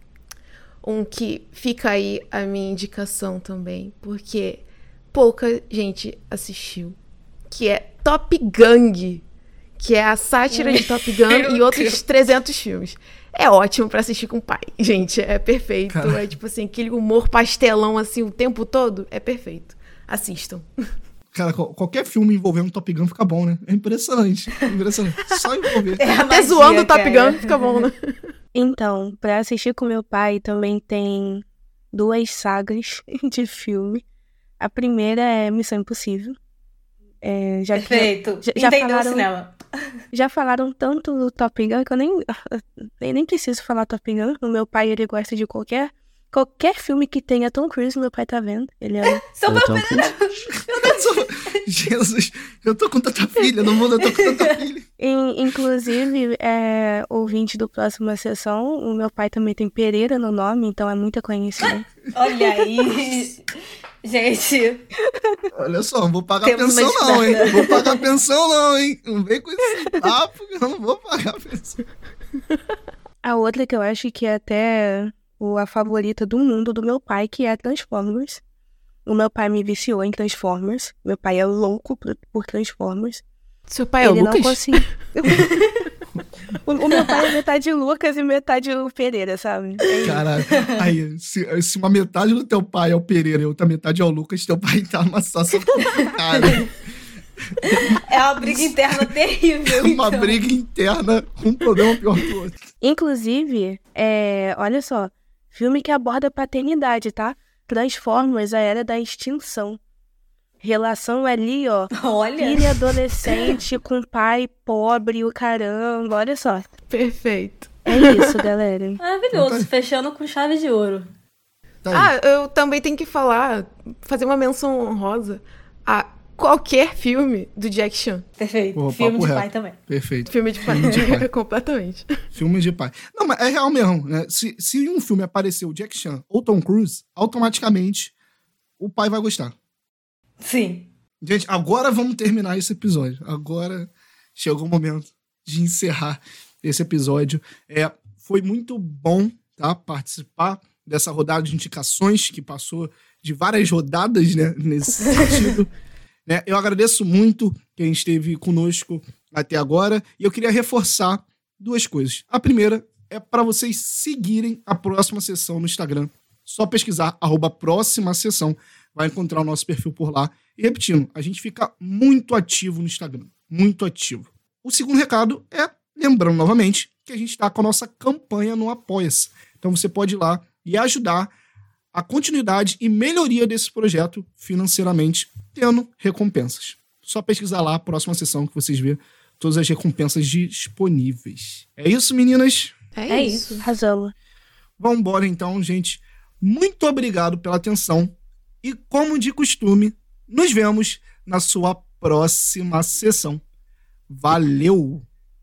um que fica aí a minha indicação também, porque pouca gente assistiu, que é Top Gang. Que é a sátira de Top Gun e outros trezentos filmes. É ótimo pra assistir com o pai. Gente, é perfeito. Cara. É tipo assim, aquele humor pastelão assim o tempo todo. É perfeito. Assistam. Cara, qualquer filme envolvendo Top Gun fica bom, né? É impressionante. É impressionante. Só envolver. É, até magia, zoando o Top cara. Gun fica bom, né? Então, pra assistir com meu pai também tem duas sagas de filme. A primeira é Missão Impossível. É, já Perfeito. Que, já, já Entendeu falaram, o cinema. Já falaram tanto do Top Gun que eu nem, nem, nem preciso falar Top Gun. O meu pai, ele gosta de qualquer, qualquer filme que tenha Tom Cruise, meu pai tá vendo. Ele é Seu meu Tom Cruise. Jesus, eu tô com tanta filha no mundo, eu tô com tanta filha. Inclusive, é, ouvinte do próxima sessão, o meu pai também tem Pereira no nome, então é muita coincidência. Olha aí... Gente... Olha só, não vou pagar pensão não, hein? Não vou pagar pensão não, hein? Não vem com esse papo que eu não vou pagar pensão. A outra que eu acho que é até a favorita do mundo do meu pai, que é Transformers. O meu pai me viciou em Transformers. Meu pai é louco por, por Transformers. Seu pai é o Ele Lucas? Não conseguiu... o, o meu pai é metade Lucas e metade o Pereira, sabe? É Caralho. Aí, se, se uma metade do teu pai é o Pereira e outra metade é o Lucas, teu pai tá numa situação complicada. É uma briga interna terrível. É uma então. briga interna com um problema pior que o outro. Inclusive, é, olha só, filme que aborda paternidade, tá? Transformers, a Era da Extinção. Relação ali, ó. Olha. Filho adolescente com pai pobre, o caramba. Olha só. Perfeito. É isso, galera. Maravilhoso. Tá. Fechando com chave de ouro. Tá ah, eu também tenho que falar, fazer uma menção honrosa a qualquer filme do Jack Chan. Perfeito. Pô, filme de reto. pai também. Perfeito. Filme de pai. Filme de pai. Completamente. Filme de pai. Não, mas é real mesmo, né? Se, se em um filme aparecer o Jack Chan ou Tom Cruise, automaticamente o pai vai gostar. Sim. Gente, agora vamos terminar esse episódio. Agora chegou o momento de encerrar esse episódio. É, foi muito bom, tá, participar dessa rodada de indicações que passou de várias rodadas, né, nesse sentido. Né? Eu agradeço muito quem esteve conosco até agora e eu queria reforçar duas coisas. A primeira é para vocês seguirem a próxima sessão no Instagram. Só pesquisar arroba próxima sessão. Vai encontrar o nosso perfil por lá. E repetindo, a gente fica muito ativo no Instagram. Muito ativo. O segundo recado é, lembrando novamente, que a gente está com a nossa campanha no Apoia-se. Então você pode ir lá e ajudar a continuidade e melhoria desse projeto financeiramente, tendo recompensas. Só pesquisar lá a próxima sessão que vocês vê todas as recompensas disponíveis. É isso, meninas? É, é isso. isso. Arrasamos. Vamos embora então, gente. Muito obrigado pela atenção. E, como de costume, nos vemos na sua próxima sessão. Valeu!